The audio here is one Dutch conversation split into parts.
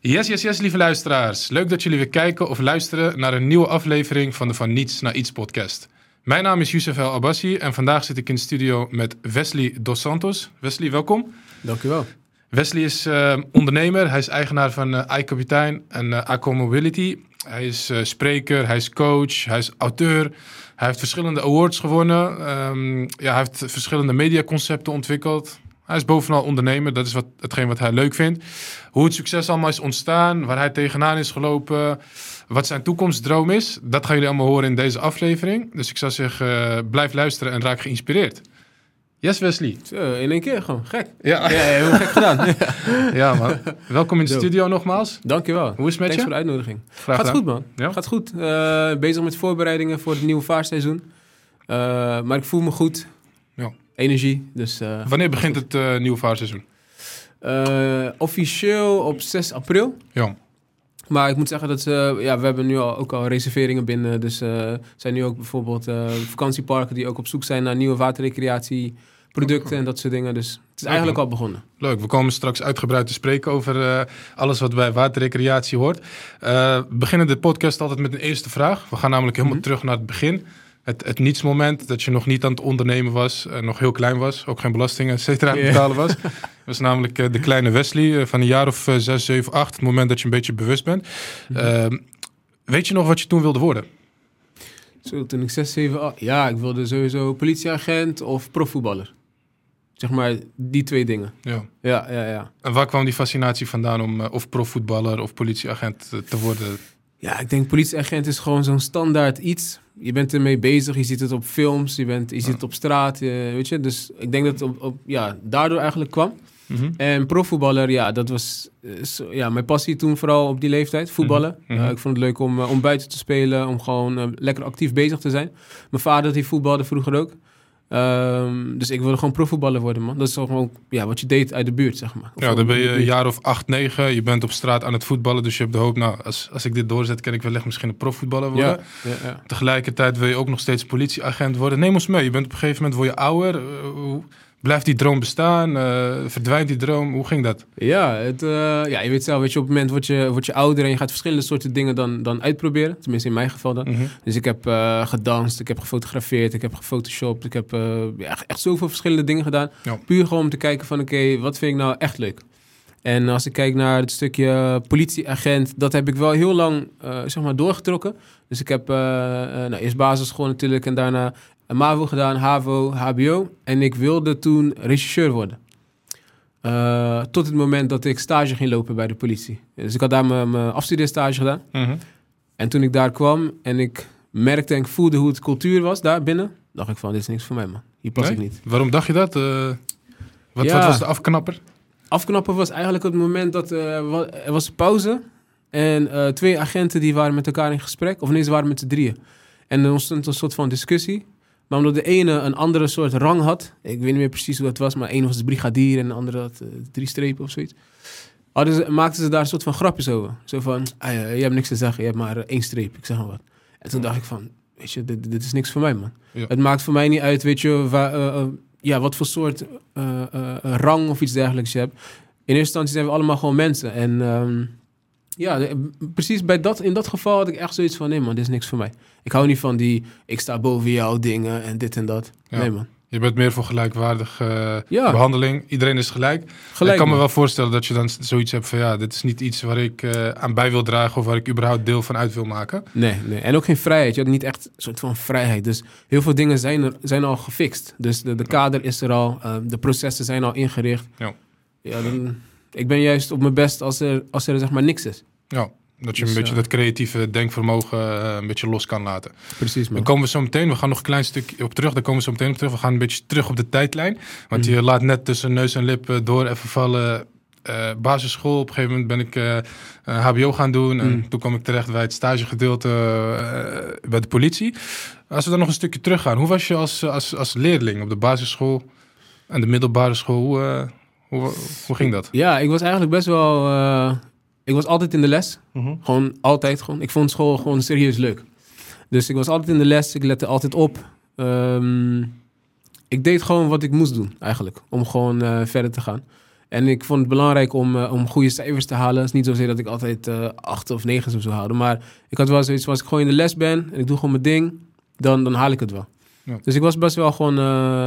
Yes, lieve luisteraars. Leuk dat jullie weer kijken of luisteren naar een nieuwe aflevering van de Van Niets naar Iets podcast. Mijn naam is Youssef El Abbassi en vandaag zit ik in de studio met Wesley Dos Santos. Wesley, welkom. Dank u wel. Wesley is ondernemer, hij is eigenaar van iCapitein en Aco Mobility. Hij is spreker, hij is coach, hij is auteur. Hij heeft verschillende awards gewonnen. Hij heeft verschillende mediaconcepten ontwikkeld. Hij is bovenal ondernemer, dat is hetgeen wat hij leuk vindt. Hoe het succes allemaal is ontstaan, waar hij tegenaan is gelopen, wat zijn toekomstdroom is, dat gaan jullie allemaal horen in deze aflevering. Dus ik zou zeggen, blijf luisteren en raak geïnspireerd. Yes, Wesley. Zo, in één keer gewoon, gek. Ja, heel gek gedaan. Ja, man. Welkom in de studio nogmaals. Dankjewel. Hoe is het met Thanks je? voor de uitnodiging. Graag Gaat gedaan. goed, man. Ja? Gaat goed. Bezig met voorbereidingen voor het nieuwe vaarseizoen. Maar ik voel me goed. Ja. Energie. Dus, Wanneer begint het nieuwe vaarseizoen? officieel op 6 april. Ja. Maar ik moet zeggen dat we hebben nu ook al reserveringen binnen. Dus zijn nu ook bijvoorbeeld vakantieparken die ook op zoek zijn naar nieuwe waterrecreatieproducten en dat soort dingen. Dus het is eigenlijk al begonnen. Leuk, we komen straks uitgebreid te spreken over alles wat bij waterrecreatie hoort. We beginnen de podcast altijd met een eerste vraag. We gaan namelijk helemaal terug naar het begin. Het nietsmoment, dat je nog niet aan het ondernemen was, nog heel klein was, ook geen belastingen, et cetera, aan het betalen was. Dat was namelijk de kleine Wesley van een jaar of 6, 7, 8, het moment dat je een beetje bewust bent. Weet je nog wat je toen wilde worden? Zo, toen ik 6, 7, 8... Ja, ik wilde sowieso politieagent of profvoetballer. Zeg maar, die twee dingen. Ja. Ja. En waar kwam die fascinatie vandaan om of profvoetballer of politieagent te worden? Ja, ik denk politieagent is gewoon zo'n standaard iets. Je bent ermee bezig, je ziet het op films, je ziet het op straat, weet je. Dus ik denk dat het daardoor eigenlijk kwam. Mm-hmm. En profvoetballer, dat was mijn passie toen vooral op die leeftijd, voetballen. Mm-hmm. Ik vond het leuk om buiten te spelen, om gewoon lekker actief bezig te zijn. Mijn vader die voetbalde vroeger ook. Dus ik wilde gewoon profvoetballer worden, man. Dat is gewoon wat je deed uit de buurt, zeg maar. Ja, dan ben je een jaar of 8, 9. Je bent op straat aan het voetballen. Dus je hebt de hoop, als ik dit doorzet, kan ik wellicht misschien een profvoetballer worden. Ja. Tegelijkertijd wil je ook nog steeds politieagent worden. Neem ons mee. Je bent op een gegeven moment word je ouder. Blijft die droom bestaan? Verdwijnt die droom? Hoe ging dat? Ja, je weet zelf, op het moment word je ouder en je gaat verschillende soorten dingen dan uitproberen. Tenminste in mijn geval dan. Mm-hmm. Dus ik heb gedanst, ik heb gefotografeerd, ik heb gefotoshopt. Ik heb echt zoveel verschillende dingen gedaan. Ja. Puur gewoon om te kijken van oké, wat vind ik nou echt leuk? En als ik kijk naar het stukje politieagent, dat heb ik wel heel lang doorgetrokken. Dus ik heb eerst basisschool natuurlijk en daarna MAVO gedaan, HAVO, HBO. En ik wilde toen rechercheur worden. Tot het moment dat ik stage ging lopen bij de politie. Dus ik had daar mijn afstudeerstage gedaan. Mm-hmm. En toen ik daar kwam en ik merkte en ik voelde hoe het cultuur was daar binnen, dacht ik van, dit is niks voor mij, man. Hier pas ik niet. Waarom dacht je dat? Wat was de afknapper? Afknapper was eigenlijk het moment dat er was pauze. En 2 agenten die waren met elkaar in gesprek. Of nee, ze waren met z'n 3. En er ontstond een soort van discussie. Maar omdat de ene een andere soort rang had, ik weet niet meer precies hoe dat was, maar de ene was de brigadier en de andere had 3 strepen of zoiets. Maakten ze daar een soort van grapjes over. Zo van, je hebt niks te zeggen, je hebt maar 1 streep, ik zeg maar wat. En toen dacht ik van, weet je, dit is niks voor mij, man. Ja. Het maakt voor mij niet uit, weet je, wat voor soort rang of iets dergelijks je hebt. In eerste instantie zijn we allemaal gewoon mensen. En precies in dat geval had ik echt zoiets van, nee man, dit is niks voor mij. Ik hou niet van ik sta boven jou dingen en dit en dat. Ja. Nee man. Je bent meer voor gelijkwaardige behandeling. Iedereen is gelijk. Ik kan me wel voorstellen dat je dan zoiets hebt van, dit is niet iets waar ik aan bij wil dragen of waar ik überhaupt deel van uit wil maken. Nee. En ook geen vrijheid. Je had niet echt een soort van vrijheid. Dus heel veel dingen zijn al gefixt. Dus de kader is er al. De processen zijn al ingericht. Ja, ik ben juist op mijn best als er zeg maar niks is. Ja, dat je een beetje dat creatieve denkvermogen een beetje los kan laten. Precies, man. Dan komen we zo meteen, we gaan nog een klein stukje op terug. Daar komen we zo meteen op terug. We gaan een beetje terug op de tijdlijn. Want je laat net tussen neus en lip door even vallen. Basisschool, op een gegeven moment ben ik HBO gaan doen. En toen kwam ik terecht bij het stagegedeelte bij de politie. Als we dan nog een stukje terug gaan. Hoe was je als leerling op de basisschool en de middelbare school? Hoe ging dat? Ja, ik was eigenlijk best wel... ik was altijd in de les. Mm-hmm. Gewoon altijd. Ik vond school gewoon serieus leuk. Dus ik was altijd in de les. Ik lette altijd op. Ik deed gewoon wat ik moest doen eigenlijk. Om gewoon verder te gaan. En ik vond het belangrijk om goede cijfers te halen. Het is niet zozeer dat ik altijd 8 of 9 zou houden. Maar ik had wel zoiets van, als ik gewoon in de les ben en ik doe gewoon mijn ding, dan haal ik het wel. Ja. Dus ik was best wel gewoon,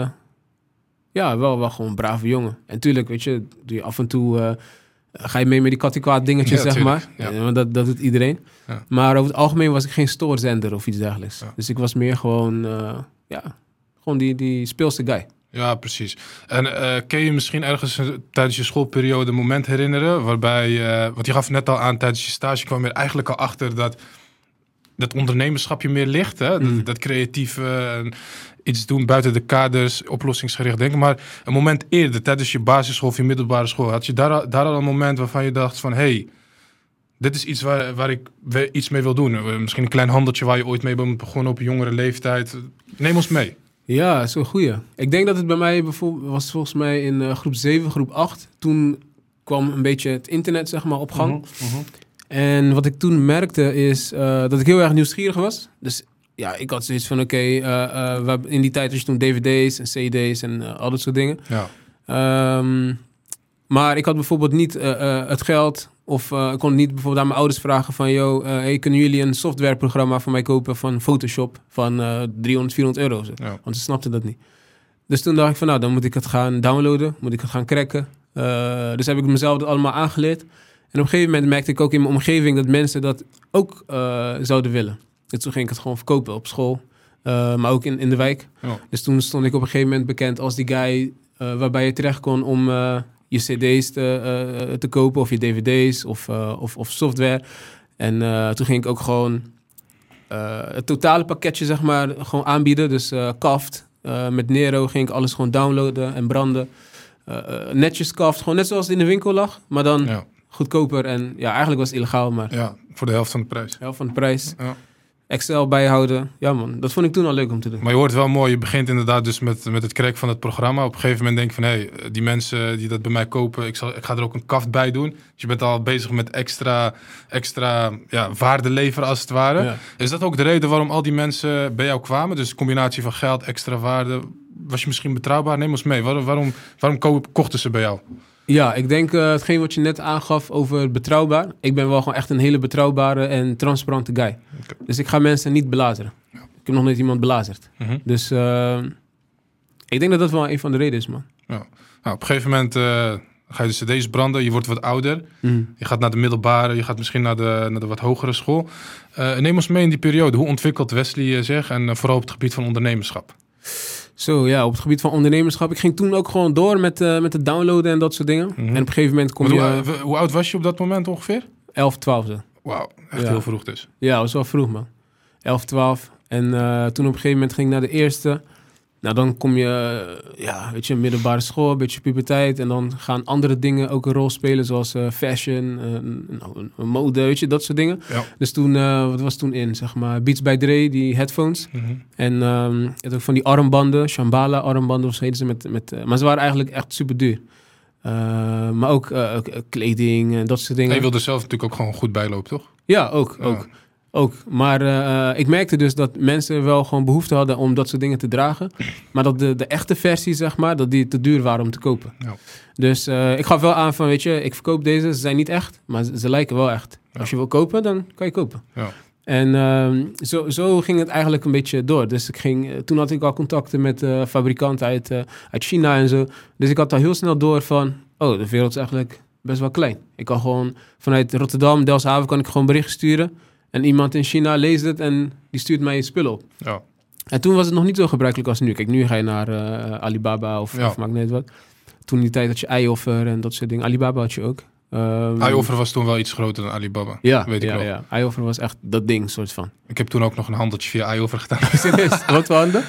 wel gewoon een brave jongen. En tuurlijk, weet je, doe je af en toe, ga je mee met die kattenkwaad dingetjes, zeg maar. Ja. Dat doet iedereen. Ja. Maar over het algemeen was ik geen stoorzender of iets dergelijks. Ja. Dus ik was meer gewoon, gewoon die speelse guy. Ja, precies. En kun je misschien ergens tijdens je schoolperiode een moment herinneren waarbij, want je gaf net al aan, tijdens je stage kwam je er eigenlijk al achter dat ondernemerschap je meer ligt, hè? Dat creatieve, iets doen buiten de kaders, oplossingsgericht denken. Maar een moment eerder, tijdens je basisschool of je middelbare school, had je daar al een moment waarvan je dacht van, hey, dit is iets waar ik iets mee wil doen. Misschien een klein handeltje waar je ooit mee bent begonnen op een jongere leeftijd. Neem ons mee. Ja, dat is een goeie. Ik denk dat het bij mij bijvoorbeeld was volgens mij in groep 7, groep 8. Toen kwam een beetje het internet, zeg maar, op gang. En wat ik toen merkte is dat ik heel erg nieuwsgierig was. Dus ja, ik had zoiets van, in die tijd had je toen dvd's en cd's en al dat soort dingen. Ja. Maar ik had bijvoorbeeld niet het geld, of ik kon niet bijvoorbeeld aan mijn ouders vragen van, kunnen jullie een softwareprogramma voor mij kopen van Photoshop van 300, 400 euro? Ja. Want ze snapten dat niet. Dus toen dacht ik van, nou, dan moet ik het gaan downloaden, moet ik het gaan cracken. Dus heb ik mezelf dat allemaal aangeleerd. En op een gegeven moment merkte ik ook in mijn omgeving dat mensen dat ook zouden willen. Dus toen ging ik het gewoon verkopen op school, maar ook in de wijk. Ja. Dus toen stond ik op een gegeven moment bekend als die guy waarbij je terecht kon om je cd's te kopen of je dvd's of software. En toen ging ik ook gewoon het totale pakketje, zeg maar, gewoon aanbieden. Dus Kaft, met Nero ging ik alles gewoon downloaden en branden. Netjes Kaft, gewoon net zoals het in de winkel lag, maar dan goedkoper. En ja, eigenlijk was het illegaal, maar... Ja, voor de helft van de prijs. Helft van de prijs. Ja. Excel bijhouden. Ja man, dat vond ik toen al leuk om te doen. Maar je hoort wel mooi, je begint inderdaad dus met het cracken van het programma. Op een gegeven moment denk je van, hey, die mensen die dat bij mij kopen, ik ga er ook een kaft bij doen. Dus je bent al bezig met extra waarde leveren als het ware. Ja. Is dat ook de reden waarom al die mensen bij jou kwamen? Dus een combinatie van geld, extra waarde. Was je misschien betrouwbaar? Neem ons mee. Waarom kochten ze bij jou? Ja, ik denk hetgeen wat je net aangaf over betrouwbaar. Ik ben wel gewoon echt een hele betrouwbare en transparante guy. Okay. Dus ik ga mensen niet belazeren. Ja. Ik heb nog nooit iemand belazerd. Dus ik denk dat dat wel een van de redenen is, man. Ja. Nou, op een gegeven moment ga je de cd's branden. Je wordt wat ouder. Je gaat naar de middelbare. Je gaat misschien naar de wat hogere school. Neem ons mee in die periode. Hoe ontwikkelt Wesley zich? En vooral op het gebied van ondernemerschap? Zo ja, op het gebied van ondernemerschap. Ik ging toen ook gewoon door met het downloaden en dat soort dingen. En op een gegeven moment kom je... Hoe oud was je op dat moment ongeveer? 11, 12. Wauw, echt heel vroeg dus. Ja, dat was wel vroeg, man. 11, 12. En toen op een gegeven moment ging ik naar de eerste. Nou, dan kom je, middelbare school, een beetje puberteit. En dan gaan andere dingen ook een rol spelen, zoals fashion, mode, weet je, dat soort dingen. Ja. Dus toen, wat was toen in, zeg maar, Beats by Dre, die headphones. En het ook van die armbanden, Shambhala armbanden of zo heten ze. Maar ze waren eigenlijk echt super duur. Maar ook kleding en dat soort dingen. En je wilde zelf natuurlijk ook gewoon goed bijlopen, toch? Ja, ook. Maar ik merkte dus dat mensen wel gewoon behoefte hadden om dat soort dingen te dragen. Maar dat de echte versie, zeg maar, dat die te duur waren om te kopen. Ja. Dus ik gaf wel aan van, weet je, ik verkoop deze. Ze zijn niet echt, maar ze lijken wel echt. Ja. Als je wil kopen, dan kan je kopen. Ja. En zo ging het eigenlijk een beetje door. Dus toen had ik al contacten met fabrikanten uit China en zo. Dus ik had al heel snel door van, de wereld is eigenlijk best wel klein. Ik kan gewoon vanuit Rotterdam, Delfshaven, kan ik gewoon berichten sturen. En iemand in China leest het en die stuurt mij je spullen op. Ja. En toen was het nog niet zo gebruikelijk als nu. Kijk, nu ga je naar Alibaba of maakt niet wat. Toen in die tijd had je iOffer en dat soort dingen. Alibaba had je ook. iOffer was toen wel iets groter dan Alibaba. Ja, weet ik wel. Ja. iOffer was echt dat ding, soort van. Ik heb toen ook nog een handeltje via iOffer gedaan. Wat voor handen?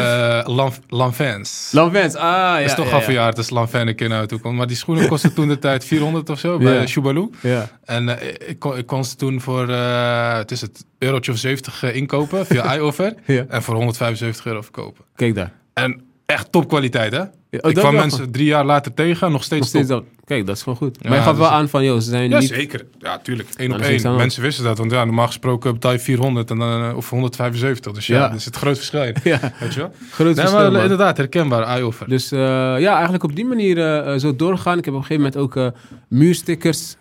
Lanvins. Lanvins, ja. Dat is toch al verjaard als Lanvin een keer naar toe komt. Maar die schoenen kostten toen de tijd 400 of zo bij Shubalu. Ja. En ik kon ze toen voor, €1 of 70 inkopen via iOffer. Ja. En voor €175 verkopen. Kijk daar. En echt topkwaliteit, hè? Ja, Ik kwam mensen 3 jaar later tegen, nog steeds top. dat. Kijk, dat is gewoon goed. Ja, Maar je gaf dus- wel aan van, joh, ze zijn Ja, niet... zeker. Ja, tuurlijk. 1 Nou, op dat is 1. dan Mensen wisten dat, want ja, normaal gesproken betaal je 400 en dan, of 175. Dus ja, Ja. er zit een groot verschil in. Ja, Weet je wel? groot Nee, verschil, maar man. inderdaad, herkenbaar, eye-offer. Dus ja, eigenlijk op die manier zo doorgegaan. Ik heb op een gegeven moment ook muurstickers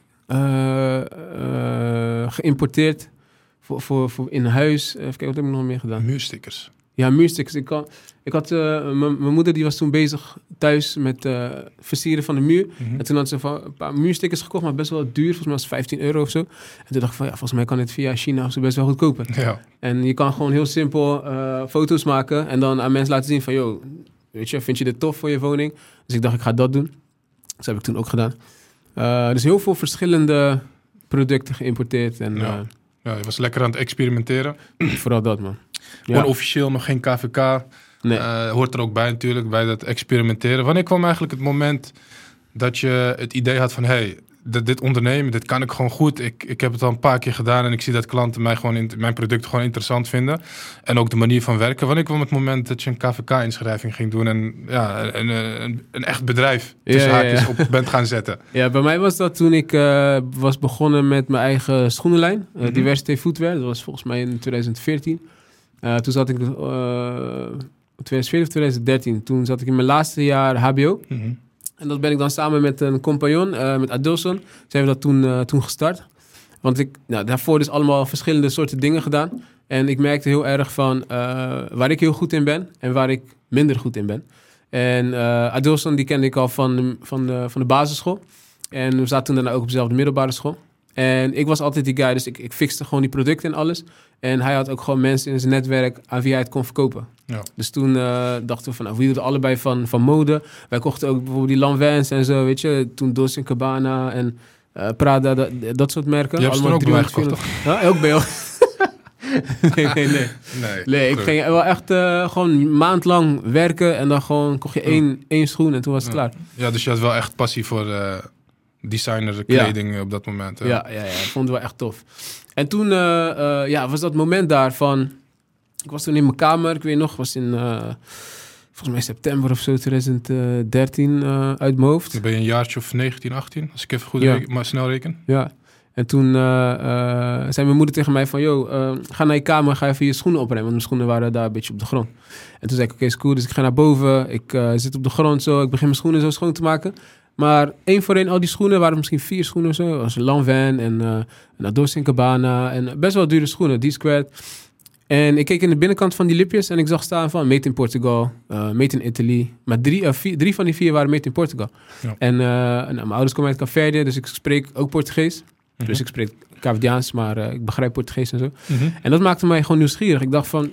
geïmporteerd voor in huis. Even kijken, wat heb ik nog meer gedaan? Muurstickers. Ja, muurstickers. Ik had mijn moeder die was toen bezig thuis met versieren van de muur. En toen had ze een paar muurstickers gekocht, maar best wel duur. Volgens mij was het 15 euro of zo. En toen dacht ik van, ja, volgens mij kan dit via China of zo best wel goedkoper. Ja. En je kan gewoon heel simpel foto's maken en dan aan mensen laten zien van, yo, weet je, vind je dit tof voor je woning? Dus ik dacht, ik ga dat doen. Dat heb ik toen ook gedaan. Dus heel veel verschillende producten geïmporteerd. En Ja. Ja, je was lekker aan het experimenteren. vooral dat, man. Gewoon officieel nog geen KVK. Nee. Hoort er ook bij natuurlijk, bij dat experimenteren. Wanneer kwam eigenlijk het moment dat je het idee had van... hey, dit ondernemen, dit kan ik gewoon goed. Ik heb het al een paar keer gedaan en ik zie dat klanten mij gewoon mijn product gewoon interessant vinden. En ook de manier van werken. Wanneer kwam het moment dat je een KVK-inschrijving ging doen en ja, een echt bedrijf tussen haakjes op bent gaan zetten? Ja, bij mij was dat toen ik was begonnen met mijn eigen schoenenlijn. Diversity Footwear. Dat was volgens mij in 2014. Toen zat ik... 2014 of 2013. Toen zat ik in mijn laatste jaar HBO. En dat ben ik dan samen met een compagnon, met Adilson, zijn we dat toen gestart. Want daarvoor dus allemaal verschillende soorten dingen gedaan. En ik merkte heel erg van waar ik heel goed in ben en waar ik minder goed in ben. En Adilson, die kende ik al van de basisschool. En we zaten toen daarna ook op dezelfde middelbare school. En ik was altijd die guy, dus ik fixte gewoon die producten en alles. En hij had ook gewoon mensen in zijn netwerk aan wie hij het kon verkopen. Ja. Dus toen dachten we van, we hielden allebei van mode. Wij kochten ook bijvoorbeeld die Lanvins en zo, weet je. Toen Dolce & Gabbana en Prada, dat soort merken. Je hebt ze toen ook bij mij gekocht, toch? Ja, ook bij jou. Nee, ik ging wel echt gewoon een maand lang werken en dan gewoon kocht je één schoen en toen was het klaar. Ja, dus je had wel echt passie voor designer kleding op dat moment. Ja, dat vonden we echt tof. En toen was dat moment daarvan... Ik was toen in mijn kamer, ik weet nog, was in volgens mij september of zo, 2013 uit mijn hoofd. Dan ben je een jaartje of 19, 18, als ik even goed maar snel reken. Ja, en toen zei mijn moeder tegen mij van, ga naar je kamer, ga even je schoenen opruimen. Want mijn schoenen waren daar een beetje op de grond. En toen zei ik, oké, is cool, dus ik ga naar boven, ik zit op de grond zo, ik begin mijn schoenen zo schoon te maken. Maar één voor één, al die schoenen, waren misschien 4 schoenen of zo. Dat was een Lanvin en Dolce & Gabbana en best wel dure schoenen, D-Squared. En ik keek in de binnenkant van die lipjes en ik zag staan van made in Portugal, made in Italy. Maar 3 van die 4 waren made in Portugal. Ja. En mijn ouders komen uit Cabo-Verde, dus ik spreek ook Portugees. Dus ik spreek Cabo-Verdiaans, maar ik begrijp Portugees en zo. En dat maakte mij gewoon nieuwsgierig. Ik dacht van,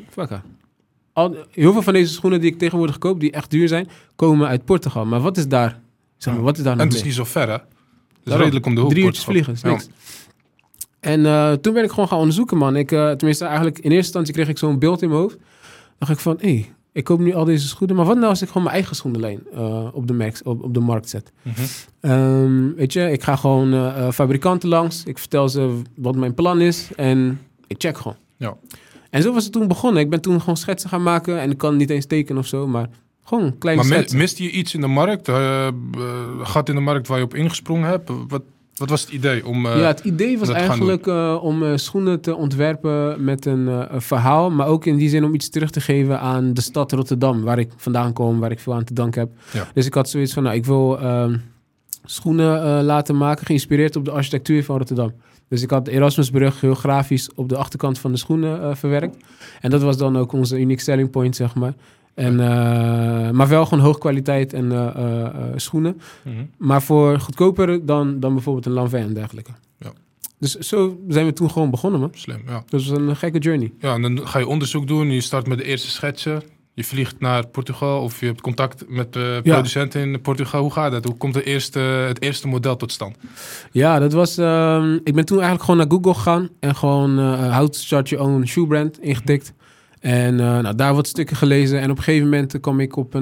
heel veel van deze schoenen die ik tegenwoordig koop, die echt duur zijn, komen uit Portugal. Maar wat is daar? Zeg maar, wat is daar nog en het is mee? niet zo ver, hè? Het is redelijk om de hoek. 3 uurtjes vliegen, is niks. En toen ben ik gewoon gaan onderzoeken, man. Tenminste, eigenlijk in eerste instantie kreeg ik zo'n beeld in mijn hoofd. Dacht ik van, ik koop nu al deze schoenen. Maar wat nou als ik gewoon mijn eigen schoenenlijn op de markt zet? Weet je, ik ga gewoon fabrikanten langs. Ik vertel ze wat mijn plan is. En ik check gewoon. Ja. En zo was het toen begonnen. Ik ben toen gewoon schetsen gaan maken. En ik kan niet eens tekenen of zo, maar gewoon kleine schetsen. Maar miste je iets in de markt? Gat in de markt waar je op ingesprongen hebt? Wat was het idee? Het idee was eigenlijk om schoenen te ontwerpen met een verhaal. Maar ook in die zin om iets terug te geven aan de stad Rotterdam. Waar ik vandaan kom, waar ik veel aan te danken heb. Ja. Dus ik had zoiets van, ik wil schoenen laten maken. Geïnspireerd op de architectuur van Rotterdam. Dus ik had de Erasmusbrug heel grafisch op de achterkant van de schoenen verwerkt. En dat was dan ook onze unique selling point, zeg maar. En, maar wel gewoon hoge kwaliteit en schoenen. Maar voor goedkoper dan bijvoorbeeld een Lanvin en dergelijke. Ja. Dus zo zijn we toen gewoon begonnen, man. Slim, ja. Dat was een gekke journey. Ja, en dan ga je onderzoek doen. Je start met de eerste schetsen. Je vliegt naar Portugal of je hebt contact met producenten in Portugal. Hoe gaat dat? Hoe komt het eerste model tot stand? Ja, dat was... ik ben toen eigenlijk gewoon naar Google gegaan en gewoon how to start your own shoe brand ingetikt. En daar wat stukken gelezen. En op een gegeven moment kwam ik op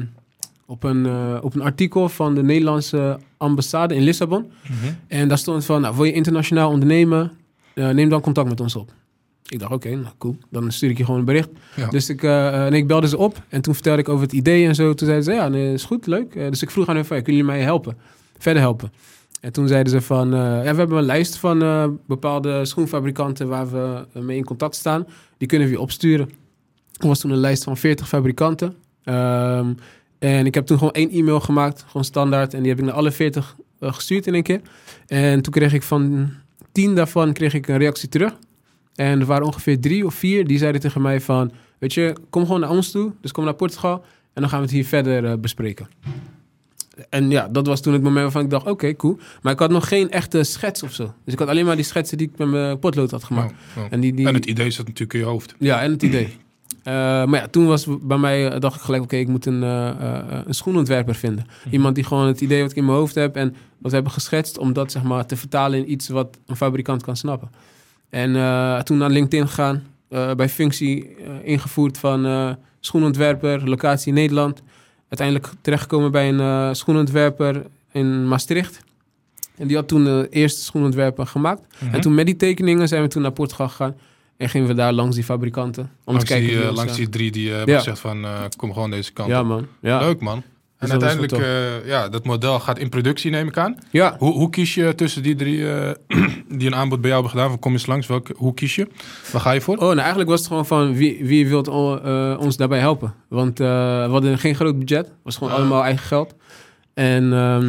een artikel van de Nederlandse ambassade in Lissabon. En daar stond van, wil je internationaal ondernemen? Neem dan contact met ons op. Ik dacht, oké, nou cool. Dan stuur ik je gewoon een bericht. Ja. Dus ik belde ze op. En toen vertelde ik over het idee en zo. Toen zeiden ze, ja, nee, is goed, leuk. Dus ik vroeg aan hen van, kunnen jullie mij helpen? Verder helpen. En toen zeiden ze van, we hebben een lijst van bepaalde schoenfabrikanten waar we mee in contact staan. Die kunnen we je opsturen. Er was toen een lijst van 40 fabrikanten. En ik heb toen gewoon 1 e-mail gemaakt, gewoon standaard. En die heb ik naar alle 40 gestuurd in één keer. En toen kreeg ik van 10 daarvan kreeg ik een reactie terug. En er waren ongeveer 3 of 4 die zeiden tegen mij van, weet je, kom gewoon naar ons toe. Dus kom naar Portugal en dan gaan we het hier verder bespreken. En ja, dat was toen het moment waarvan ik dacht, oké, cool. Maar ik had nog geen echte schets of zo. Dus ik had alleen maar die schetsen die ik met mijn potlood had gemaakt. Oh. En het idee zat natuurlijk in je hoofd. Ja, en het idee. Maar ja, toen was bij mij, dacht ik gelijk, oké, ik moet een schoenontwerper vinden. Iemand die gewoon het idee wat ik in mijn hoofd heb en wat we hebben geschetst, om dat zeg maar te vertalen in iets wat een fabrikant kan snappen. En toen naar LinkedIn gegaan, bij functie ingevoerd van schoenontwerper, locatie Nederland. Uiteindelijk terechtgekomen bij een schoenontwerper in Maastricht. En die had toen de eerste schoenontwerper gemaakt. En toen met die tekeningen zijn we toen naar Portugal gegaan. En gingen we daar langs die fabrikanten. Om te kijken langs die 3 die hebben gezegd van, kom gewoon deze kant op. Ja, man. Ja. Leuk, man. En dus uiteindelijk, dat model gaat in productie, neem ik aan. Ja. Hoe kies je tussen die 3 die een aanbod bij jou hebben gedaan? Van kom eens langs, hoe kies je? Waar ga je voor? Nou eigenlijk was het gewoon van wie wil ons daarbij helpen. Want we hadden geen groot budget. Het was gewoon allemaal eigen geld. En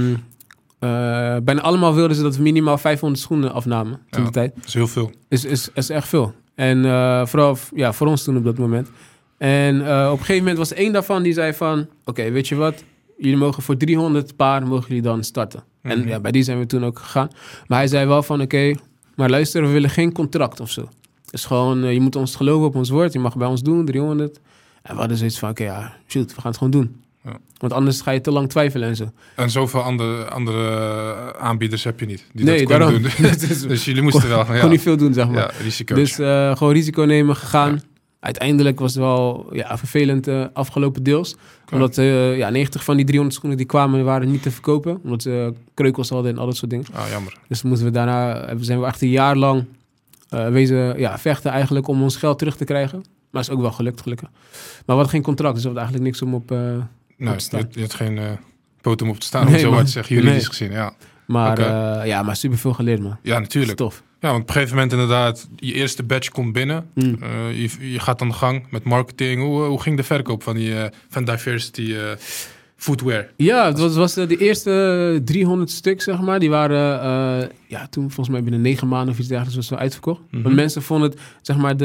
bijna allemaal wilden ze dat we minimaal 500 schoenen afnamen toen de tijd. Dat is heel veel. Is echt veel. En vooral voor ons toen op dat moment. En op een gegeven moment was 1 daarvan die zei van, oké, weet je wat? Jullie mogen voor 300 paar mogen jullie dan starten. En ja, bij die zijn we toen ook gegaan. Maar hij zei wel van, oké, maar luister, we willen geen contract of zo. Dus gewoon, je moet ons geloven op ons woord. Je mag bij ons doen, 300. En we hadden zoiets van, oké, shoot, we gaan het gewoon doen. Ja. Want anders ga je te lang twijfelen en zo. En zoveel andere aanbieders heb je niet. Die nee, dat daarom. Doen. Dus jullie moesten wel. Gewoon niet veel doen, zeg maar. Ja, risico's. Dus gewoon risico nemen, gegaan. Ja. Uiteindelijk was het wel vervelend afgelopen deels. Okay. Omdat 90 van die 300 schoenen die kwamen waren niet te verkopen. Omdat ze kreukels hadden en al dat soort dingen. Ah, jammer. Dus moeten we daarna zijn we echt een jaar lang vechten eigenlijk om ons geld terug te krijgen. Maar is ook wel gelukt, gelukkig. Maar we hadden geen contract, dus we hadden eigenlijk niks om op te staan. Je had geen poten om op te staan, om zo maar te zeggen, juridisch gezien. Ja. Maar, maar superveel geleerd, man. Ja, natuurlijk. Tof. Ja, want op een gegeven moment inderdaad, je eerste batch komt binnen. Je gaat aan de gang met marketing. Hoe ging de verkoop van Diversity Footwear? Ja, het was de eerste 300 stuk, zeg maar. Die waren toen volgens mij binnen 9 maanden of iets dergelijks was zo uitverkocht. Want mensen vonden het, zeg maar,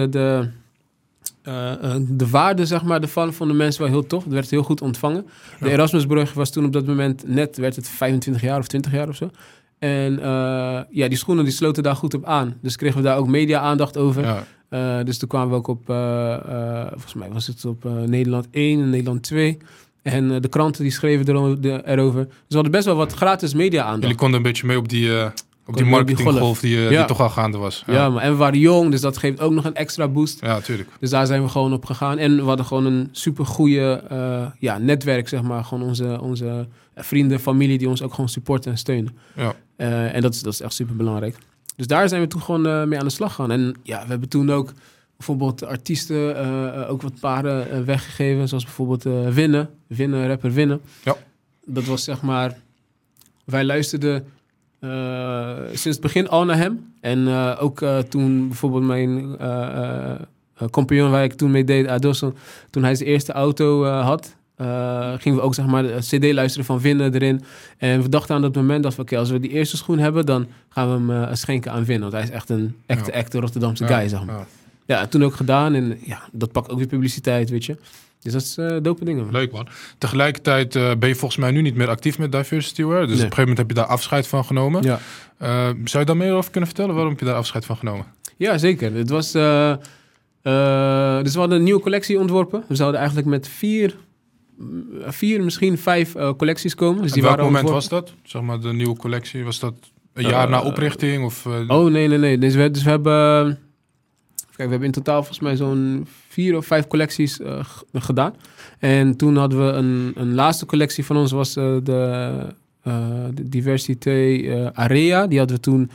de waarde, zeg maar, ervan vonden mensen wel heel tof. Het werd heel goed ontvangen. De Erasmusbrug was toen op dat moment werd het 25 jaar of 20 jaar of zo. En die schoenen die sloten daar goed op aan. Dus kregen we daar ook media-aandacht over. Ja. Dus toen kwamen we ook op, volgens mij was het op Nederland 1 en Nederland 2. En de kranten die schreven erover. Dus we hadden best wel wat gratis media-aandacht. Jullie konden een beetje mee op die marketinggolf die toch al gaande was. Ja, en we waren jong, dus dat geeft ook nog een extra boost. Ja, tuurlijk. Dus daar zijn we gewoon op gegaan. En we hadden gewoon een supergoeie netwerk, zeg maar. Gewoon onze vrienden, familie die ons ook gewoon supporten en steunen. Ja. En dat is echt super belangrijk. Dus daar zijn we toen gewoon mee aan de slag gegaan. En ja, we hebben toen ook bijvoorbeeld artiesten ook wat paren weggegeven. Zoals bijvoorbeeld rapper Winnen. Ja. Dat was zeg maar, wij luisterden sinds het begin al naar hem. En ook toen bijvoorbeeld mijn compagnon waar ik toen mee deed, Adosso, toen hij zijn eerste auto had, gingen we ook zeg maar de cd luisteren van Winnen erin. En we dachten aan dat moment dat we, als we die eerste schoen hebben, dan gaan we hem schenken aan Winnen. Want hij is echt een echte Rotterdamse guy, zeg maar. Ja, toen ook gedaan. En ja, dat pakt ook weer publiciteit, weet je. Dus dat is dope dingen. Man. Leuk, man. Tegelijkertijd ben je volgens mij nu niet meer actief met Diversity Wear. Dus op een gegeven moment heb je daar afscheid van genomen. Ja. Zou je daar meer over kunnen vertellen? Waarom heb je daar afscheid van genomen? Ja, zeker. Het was, dus we hadden een nieuwe collectie ontworpen. We zouden eigenlijk met 4, misschien 5 collecties komen. Dus en welk moment was dat? Zeg maar de nieuwe collectie. Was dat een jaar na oprichting? Of, Nee. Dus we hebben... Kijk, we hebben in totaal volgens mij zo'n 4 of 5 collecties gedaan. En toen hadden we een laatste collectie van ons, was de Diversity Area. Die hadden we toen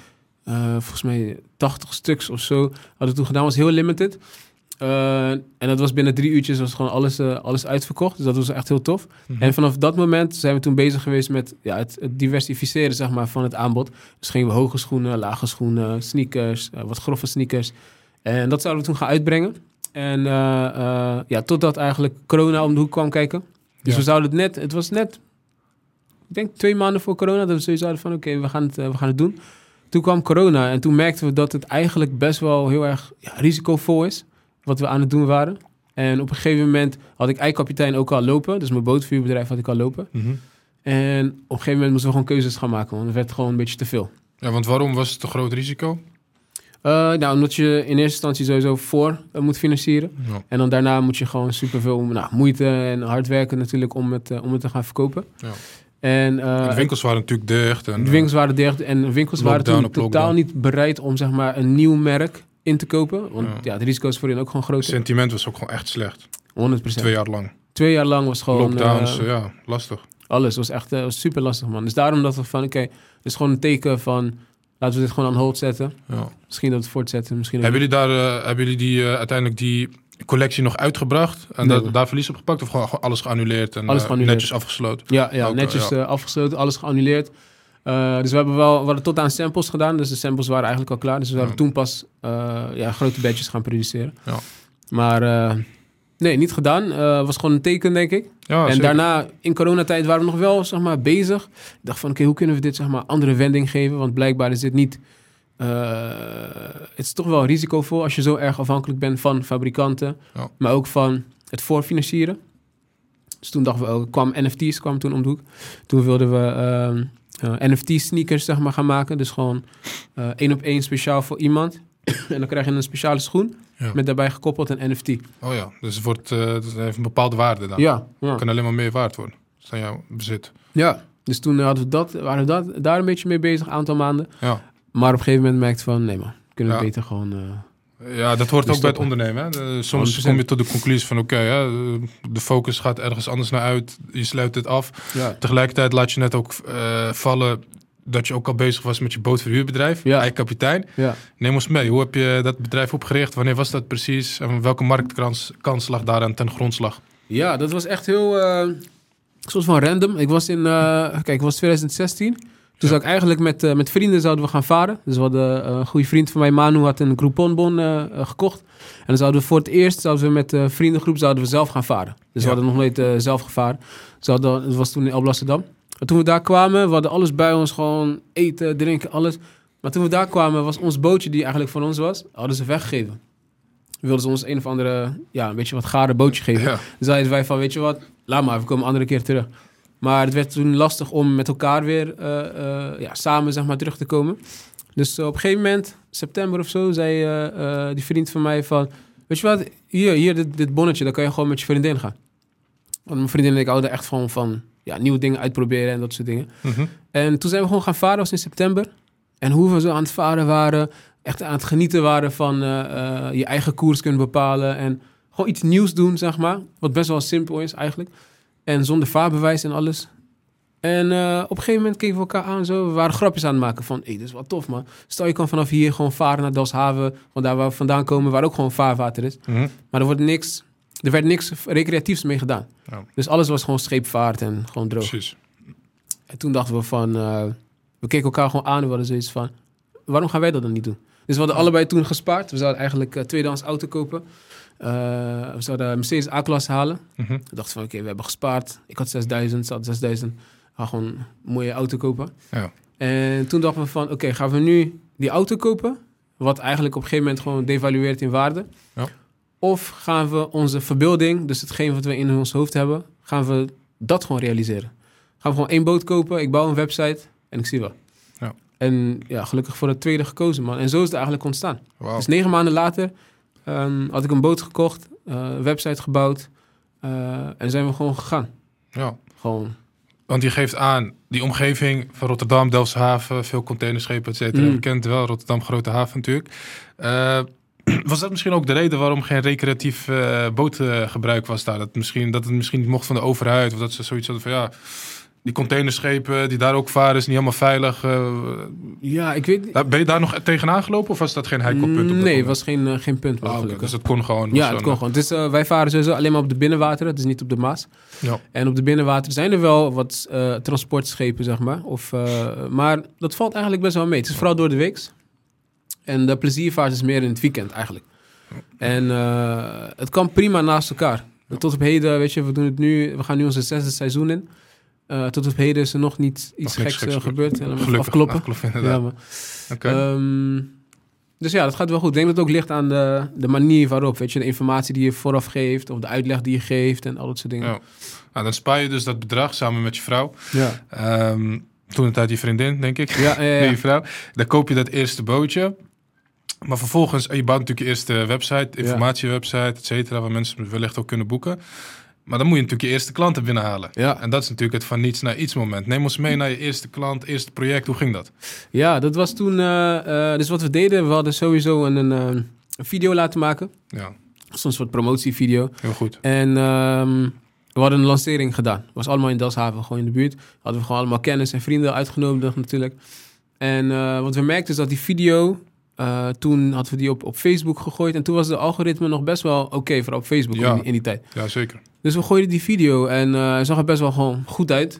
volgens mij 80 stuks of zo hadden we toen gedaan. Was heel limited. En dat was binnen 3 uurtjes was gewoon alles uitverkocht. Dus dat was echt heel tof. En vanaf dat moment zijn we toen bezig geweest met het diversificeren zeg maar, van het aanbod. Dus gingen we hoge schoenen, lage schoenen, sneakers, wat grove sneakers. En dat zouden we toen gaan uitbrengen. En totdat eigenlijk corona om de hoek kwam kijken. Dus we zouden het was net, ik denk 2 maanden voor corona, dat we sowieso hadden van oké, we gaan het doen. Toen kwam corona en toen merkten we dat het eigenlijk best wel heel erg risicovol is, wat we aan het doen waren. En op een gegeven moment had ik Eikapitein ook al lopen, dus mijn bootvuurbedrijf had ik al lopen. En op een gegeven moment moesten we gewoon keuzes gaan maken, want het werd gewoon een beetje te veel. Ja, want waarom was het een groot risico? Omdat je in eerste instantie sowieso moet financieren. Ja. En dan daarna moet je gewoon superveel moeite en hard werken natuurlijk om het te gaan verkopen. Ja. En de winkels waren natuurlijk dicht. De winkels waren dicht en winkels waren toen totaal niet bereid om zeg maar een nieuw merk in te kopen. Want de risico's voor hen ook gewoon groot. Het sentiment was ook gewoon echt slecht. 100%. 2 jaar lang. 2 jaar lang was gewoon... Lockdowns, lastig. Alles was echt was super lastig, man. Dus daarom dat we van, oké, dit is gewoon een teken van... Laten we dit gewoon aan hold zetten. Ja. Misschien dat we het voortzetten. Hebben jullie die uiteindelijk die collectie nog uitgebracht? En daar verlies op gepakt? Of gewoon alles geannuleerd en netjes afgesloten? Ja, netjes afgesloten. Alles geannuleerd. Dus we hadden tot aan samples gedaan. Dus de samples waren eigenlijk al klaar. Dus we hadden toen pas grote batches gaan produceren. Ja. Maar nee, niet gedaan. Was gewoon een teken, denk ik. Ja, en zeker. Daarna, in coronatijd, waren we nog wel zeg maar, bezig. Ik dacht van, oké, hoe kunnen we dit zeg maar, andere wending geven? Want blijkbaar is dit niet... het is toch wel risicovol als je zo erg afhankelijk bent van fabrikanten. Ja. Maar ook van het voorfinancieren. Dus toen dachten we, NFT's kwam toen om de hoek. Toen wilden we NFT-sneakers zeg maar, gaan maken. Dus gewoon 1-op-1 speciaal voor iemand. En dan krijg je een speciale schoen met daarbij gekoppeld een NFT. Oh ja, dus het heeft een bepaalde waarde dan. Ja. Het kan alleen maar meer waard worden. Dat is aan jouw bezit. Ja, dus toen waren we daar een beetje mee bezig, een aantal maanden. Ja. Maar op een gegeven moment merkte van, nee man, kunnen we beter gewoon... ja, dat hoort ook bij het ondernemen. Hè? Soms 100%. Kom je tot de conclusie van de focus gaat ergens anders naar uit. Je sluit dit af. Ja. Tegelijkertijd laat je net ook vallen dat je ook al bezig was met je bootverhuurbedrijf. Ja. Eikapitein. Ja. Neem ons mee. Hoe heb je dat bedrijf opgericht? Wanneer was dat precies? En welke marktkans lag daaraan ten grondslag? Ja, dat was echt heel... soort van random. Ik was ik was 2016... Toen zou ik eigenlijk met vrienden zouden we gaan varen. Dus we hadden een goede vriend van mij, Manu, had een Groupon-bon gekocht. En dan zouden we voor het eerst, met de vriendengroep, zouden we zelf gaan varen. Dus we hadden nog nooit zelf gevaren. Het was toen in Alblasserdam. En toen we daar kwamen, we hadden alles bij ons, gewoon eten, drinken, alles. Maar toen we daar kwamen, was ons bootje, die eigenlijk van ons was, hadden ze weggegeven. Wilden ze ons een of andere, een beetje wat gare bootje geven. Ja. Dus zeiden wij van, weet je wat, laat maar, we komen een andere keer terug. Maar het werd toen lastig om met elkaar weer samen zeg maar, terug te komen. Dus op een gegeven moment, september of zo, zei die vriend van mij van... Weet je wat, hier dit bonnetje, dan kan je gewoon met je vriendin gaan. Want mijn vriendin en ik houden echt van nieuwe dingen uitproberen en dat soort dingen. Mm-hmm. En toen zijn we gewoon gaan varen, dat was in september. En hoe we zo aan het varen waren, echt aan het genieten waren van je eigen koers kunnen bepalen. En gewoon iets nieuws doen, zeg maar. Wat best wel simpel is eigenlijk. En zonder vaarbewijs en alles. En op een gegeven moment keken we elkaar aan zo. We waren grapjes aan het maken van... dit is wel tof, man. Stel, je kan vanaf hier gewoon varen naar Delfshaven. Want daar waar we vandaan komen, waar ook gewoon vaarwater is. Mm-hmm. Maar er werd niks recreatiefs mee gedaan. Ja. Dus alles was gewoon scheepvaart en gewoon droog. Precies. En toen dachten we van... we keken elkaar gewoon aan en we hadden zoiets van... waarom gaan wij dat dan niet doen? Dus we hadden allebei toen gespaard. We zouden eigenlijk tweedehands auto kopen. We zouden een Mercedes A-klasse halen. Mm-hmm. We dachten van, oké, we hebben gespaard. Ik had 6.000, ze had 6.000. Ga gewoon een mooie auto kopen. Ja. En toen dachten we van, oké, gaan we nu die auto kopen? Wat eigenlijk op een gegeven moment gewoon devalueert in waarde. Ja. Of gaan we onze verbeelding, dus hetgeen wat we in ons hoofd hebben, gaan we dat gewoon realiseren? Gaan we gewoon 1 boot kopen, ik bouw een website en ik zie wel. Ja. En gelukkig voor het tweede gekozen, man. En zo is het eigenlijk ontstaan. Wow. Dus 9 maanden later... had ik een boot gekocht, website gebouwd en zijn we gewoon gegaan. Ja. Gewoon. Want je geeft aan, die omgeving van Rotterdam, Delfshaven, veel containerschepen, et cetera. Je kent wel, Rotterdam, grote haven natuurlijk. Was dat misschien ook de reden waarom geen recreatief bootgebruik was daar? Dat het misschien niet mocht van de overheid of dat ze zoiets hadden van die containerschepen die daar ook varen, is niet helemaal veilig. Ja, ik weet... Ben je daar nog tegenaan gelopen of was dat geen heikel punt? Nee, het was geen punt. Dus dat kon gewoon. Ja, het kon gewoon. Dus wij varen sowieso alleen maar op de binnenwateren, dus niet op de Maas. Ja. En op de binnenwateren zijn er wel wat transportschepen, zeg maar. Maar dat valt eigenlijk best wel mee. Het is vooral door de week. En de pleziervaart is meer in het weekend eigenlijk. En het kan prima naast elkaar. Tot op heden, weet je, we gaan nu onze 6e seizoen in. Tot op heden is er nog niet iets geks gebeurd. En dan afkloppen. Ja, maar, dus ja, dat gaat wel goed. Ik denk dat het ook ligt aan de manier waarop, weet je, de informatie die je vooraf geeft, of de uitleg die je geeft en al dat soort dingen. Ja. Nou, dan spaar je dus dat bedrag samen met je vrouw. Ja. Toen het uit je vriendin, denk ik. Ja. Je vrouw. Dan koop je dat eerste bootje. Maar vervolgens, je bouwt natuurlijk eerst de website, informatiewebsite, et cetera, waar mensen wellicht ook kunnen boeken. Maar dan moet je natuurlijk je eerste klanten binnenhalen. Ja. En dat is natuurlijk het van niets naar iets moment. Neem ons mee naar je eerste klant, eerste project. Hoe ging dat? Ja, dat was toen... dus wat we deden, we hadden sowieso een video laten maken. Ja. Zo'n soort promotievideo. Heel goed. En we hadden een lancering gedaan. Het was allemaal in Delfshaven, gewoon in de buurt. Hadden we gewoon allemaal kennis en vrienden uitgenodigd natuurlijk. En wat we merkten is dat die video... toen hadden we die op Facebook gegooid. En toen was de algoritme nog best wel oké, vooral op Facebook in die tijd. Ja, zeker. Dus we gooiden die video en zag er best wel gewoon goed uit.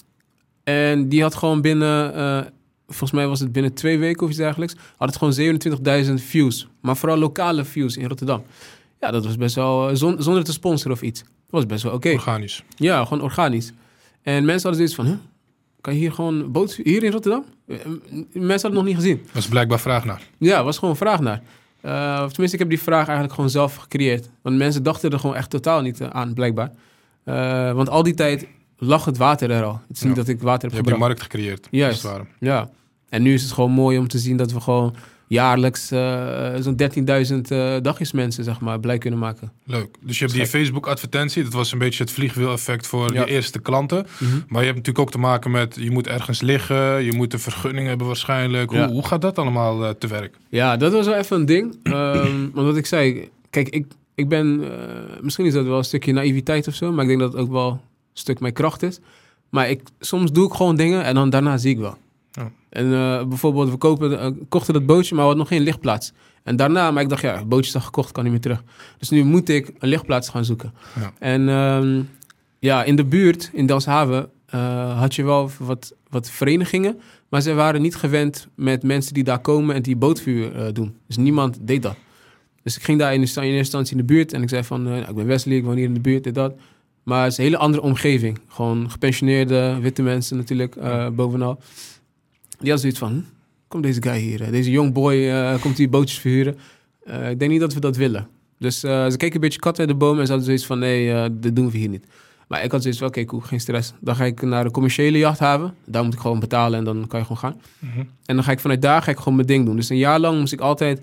En die had gewoon binnen, volgens mij was het binnen 2 weken of iets dergelijks, had het gewoon 27.000 views. Maar vooral lokale views in Rotterdam. Ja, dat was best wel, zonder te sponsoren of iets. Dat was best wel oké. Organisch. Ja, gewoon organisch. En mensen hadden zoiets van, kan je hier gewoon boot hier in Rotterdam? Mensen hadden het nog niet gezien. Was blijkbaar vraag naar. Ja, was gewoon vraag naar. Of tenminste, ik heb die vraag eigenlijk gewoon zelf gecreëerd. Want mensen dachten er gewoon echt totaal niet aan, blijkbaar. Want al die tijd lag het water er al. Het is niet dat ik water heb gebracht. Je hebt die markt gecreëerd. Juist, ja. En nu is het gewoon mooi om te zien dat we gewoon jaarlijks zo'n 13.000 dagjes mensen, zeg maar, blij kunnen maken. Leuk. Dus je hebt die Facebook-advertentie. Dat was een beetje het vliegwiel-effect voor je eerste klanten. Mm-hmm. Maar je hebt natuurlijk ook te maken met, je moet ergens liggen. Je moet een vergunning hebben waarschijnlijk. Hoe gaat dat allemaal te werk? Ja, dat was wel even een ding. Want wat ik zei, kijk, ik ben, misschien is dat wel een stukje naïviteit of zo, maar ik denk dat het ook wel een stuk mijn kracht is. Maar soms doe ik gewoon dingen en dan daarna zie ik wel. Ja. En bijvoorbeeld, we kochten dat bootje, maar we hadden nog geen lichtplaats. En daarna, maar ik dacht, het bootje is al gekocht, kan niet meer terug. Dus nu moet ik een lichtplaats gaan zoeken. Ja. En in de buurt, in Delfshaven, had je wel wat verenigingen. Maar ze waren niet gewend met mensen die daar komen en die bootvuur doen. Dus niemand deed dat. Dus ik ging daar in eerste instantie in de buurt en ik zei van, ik ben Wesley, ik woon hier in de buurt, dit, dat. Maar het is een hele andere omgeving. Gewoon gepensioneerde, witte mensen natuurlijk, bovenal. Die had zoiets van, komt deze guy hier, deze young boy komt hier bootjes verhuren. Ik denk niet dat we dat willen. Dus ze keken een beetje kat uit de boom en ze hadden zoiets van, nee, dit doen we hier niet. Maar ik had zoiets van, oké, cool, geen stress. Dan ga ik naar de commerciële jachthaven. Daar moet ik gewoon betalen en dan kan je gewoon gaan. Mm-hmm. En dan vanuit daar gewoon mijn ding doen. Dus een jaar lang moest ik altijd,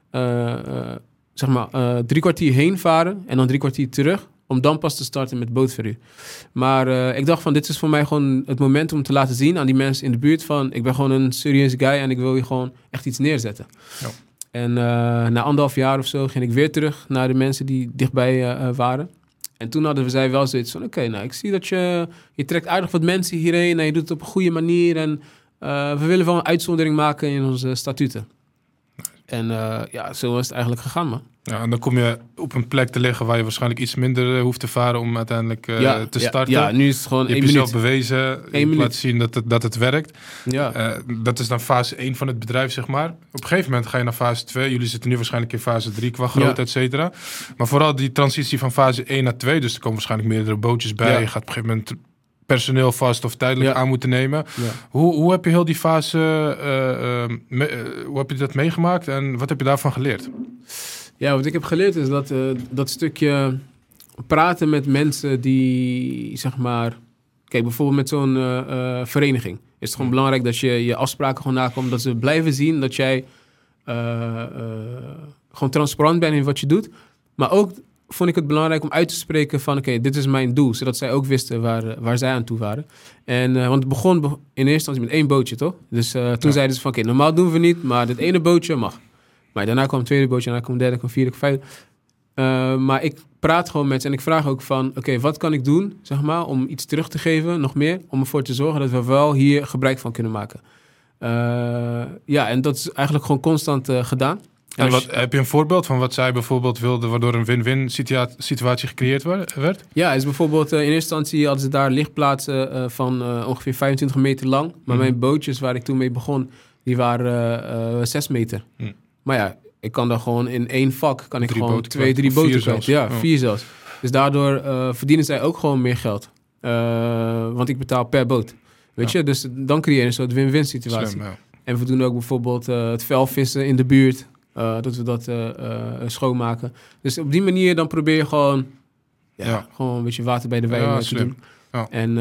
3 kwartier heen varen en dan 3 kwartier terug. Om dan pas te starten met bootverhuur. Maar ik dacht van, dit is voor mij gewoon het moment om te laten zien aan die mensen in de buurt van, ik ben gewoon een serieuze guy en ik wil hier gewoon echt iets neerzetten. Ja. En na 1,5 jaar of zo ging ik weer terug naar de mensen die dichtbij waren. En toen hadden zij wel zoiets van, oké, ik zie dat je trekt aardig wat mensen hierheen en je doet het op een goede manier en we willen wel een uitzondering maken in onze statuten. En zo was het eigenlijk gegaan, man. Ja, en dan kom je op een plek te liggen waar je waarschijnlijk iets minder hoeft te varen om uiteindelijk te starten. Ja, nu is het gewoon 1 minuut. Je hebt jezelf bewezen, je laat zien dat het werkt. Ja. Dat is dan fase 1 van het bedrijf, zeg maar. Op een gegeven moment ga je naar fase 2. Jullie zitten nu waarschijnlijk in fase 3 qua grootte, et cetera. Maar vooral die transitie van fase 1 naar 2, dus er komen waarschijnlijk meerdere bootjes bij. Ja. Je gaat op een gegeven moment personeel vast of tijdelijk aan moeten nemen. Ja. Hoe heb je heel die fase, hoe heb je dat meegemaakt en wat heb je daarvan geleerd? Ja, wat ik heb geleerd is dat stukje praten met mensen die, zeg maar, kijk, bijvoorbeeld met zo'n vereniging. Is het gewoon belangrijk dat je je afspraken gewoon nakomt, dat ze blijven zien dat jij gewoon transparant bent in wat je doet. Maar ook vond ik het belangrijk om uit te spreken van, oké, dit is mijn doel. Zodat zij ook wisten waar zij aan toe waren. En, want het begon in eerste instantie met 1 bootje, toch? Dus toen zeiden ze van, oké, normaal doen we niet, maar dit ene bootje mag. Maar daarna kwam het tweede bootje, daarna kwam het derde, kwam vierde, kwam vijfde. Maar ik praat gewoon met ze en ik vraag ook van... Oké, wat kan ik doen, zeg maar, om iets terug te geven, nog meer... om ervoor te zorgen dat we wel hier gebruik van kunnen maken. En dat is eigenlijk gewoon constant gedaan. En heb je een voorbeeld van wat zij bijvoorbeeld wilde... waardoor een win-win situatie gecreëerd werd? Ja, is bijvoorbeeld in eerste instantie hadden ze daar lichtplaatsen van ongeveer 25 meter lang. Maar mijn bootjes waar ik toen mee begon, die waren 6 meter. Maar ja, ik kan dan gewoon in één vak, kan ik gewoon 2-3 boten kwijt. Ja, 4 zelfs. Dus daardoor verdienen zij ook gewoon meer geld. Want ik betaal per boot. Weet je, dus dan creëer je een soort win-win situatie. Slim, ja. En we doen ook bijvoorbeeld het velvissen in de buurt. Dat we dat schoonmaken. Dus op die manier dan probeer je gewoon... gewoon een beetje water bij de wijn te doen. Ja. En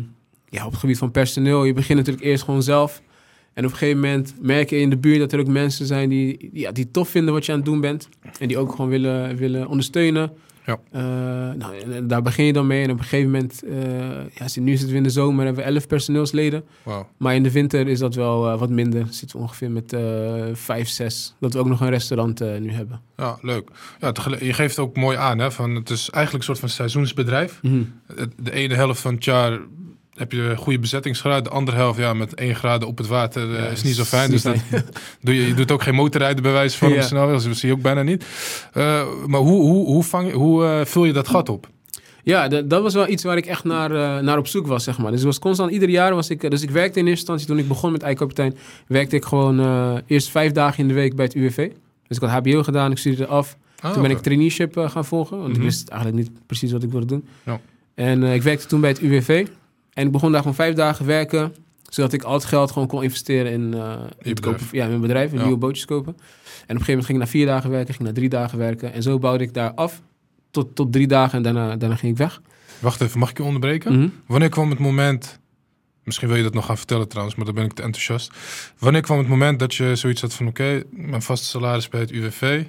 op het gebied van personeel... je begint natuurlijk eerst gewoon zelf. En op een gegeven moment merk je in de buurt... dat er ook mensen zijn die tof vinden wat je aan het doen bent. En die ook gewoon willen ondersteunen. Ja. En daar begin je dan mee. En op een gegeven moment... nu zitten we in de zomer... hebben we 11 personeelsleden. Wow. Maar in de winter is dat wel wat minder. Zitten we ongeveer met 5, 6. Dat we ook nog een restaurant nu hebben. Ja, leuk. Ja, je geeft het ook mooi aan. Hè? Van, het is eigenlijk een soort van seizoensbedrijf. De ene helft van het jaar... heb je goede bezettingsgraad. De andere helft, met 1 graden op het water is niet zo fijn. Dus je doet ook geen motorrijden bij wijze van op de snelweg. Dat zie je ook bijna niet. Maar hoe vul je dat gat op? Ja, dat was wel iets waar ik echt naar op zoek was, zeg maar. Dus het was constant, ieder jaar was ik... Dus ik werkte in eerste instantie, toen ik begon met Eikapitein... werkte ik gewoon eerst 5 dagen in de week bij het UWV. Dus ik had HBO gedaan, ik studeerde af. Toen ben ik traineeship gaan volgen. Want ik wist eigenlijk niet precies wat ik wilde doen. Ja. En ik werkte toen bij het UWV... En ik begon daar gewoon 5 dagen werken, zodat ik al het geld gewoon kon investeren in mijn bedrijf, in nieuwe bootjes kopen. En op een gegeven moment ging ik naar 4 dagen werken, ging naar 3 dagen werken. En zo bouwde ik daar af tot 3 dagen en daarna ging ik weg. Wacht even, mag ik je onderbreken? Wanneer kwam het moment, misschien wil je dat nog gaan vertellen trouwens, maar dan ben ik te enthousiast. Wanneer kwam het moment dat je zoiets had van oké, mijn vaste salaris bij het UWV...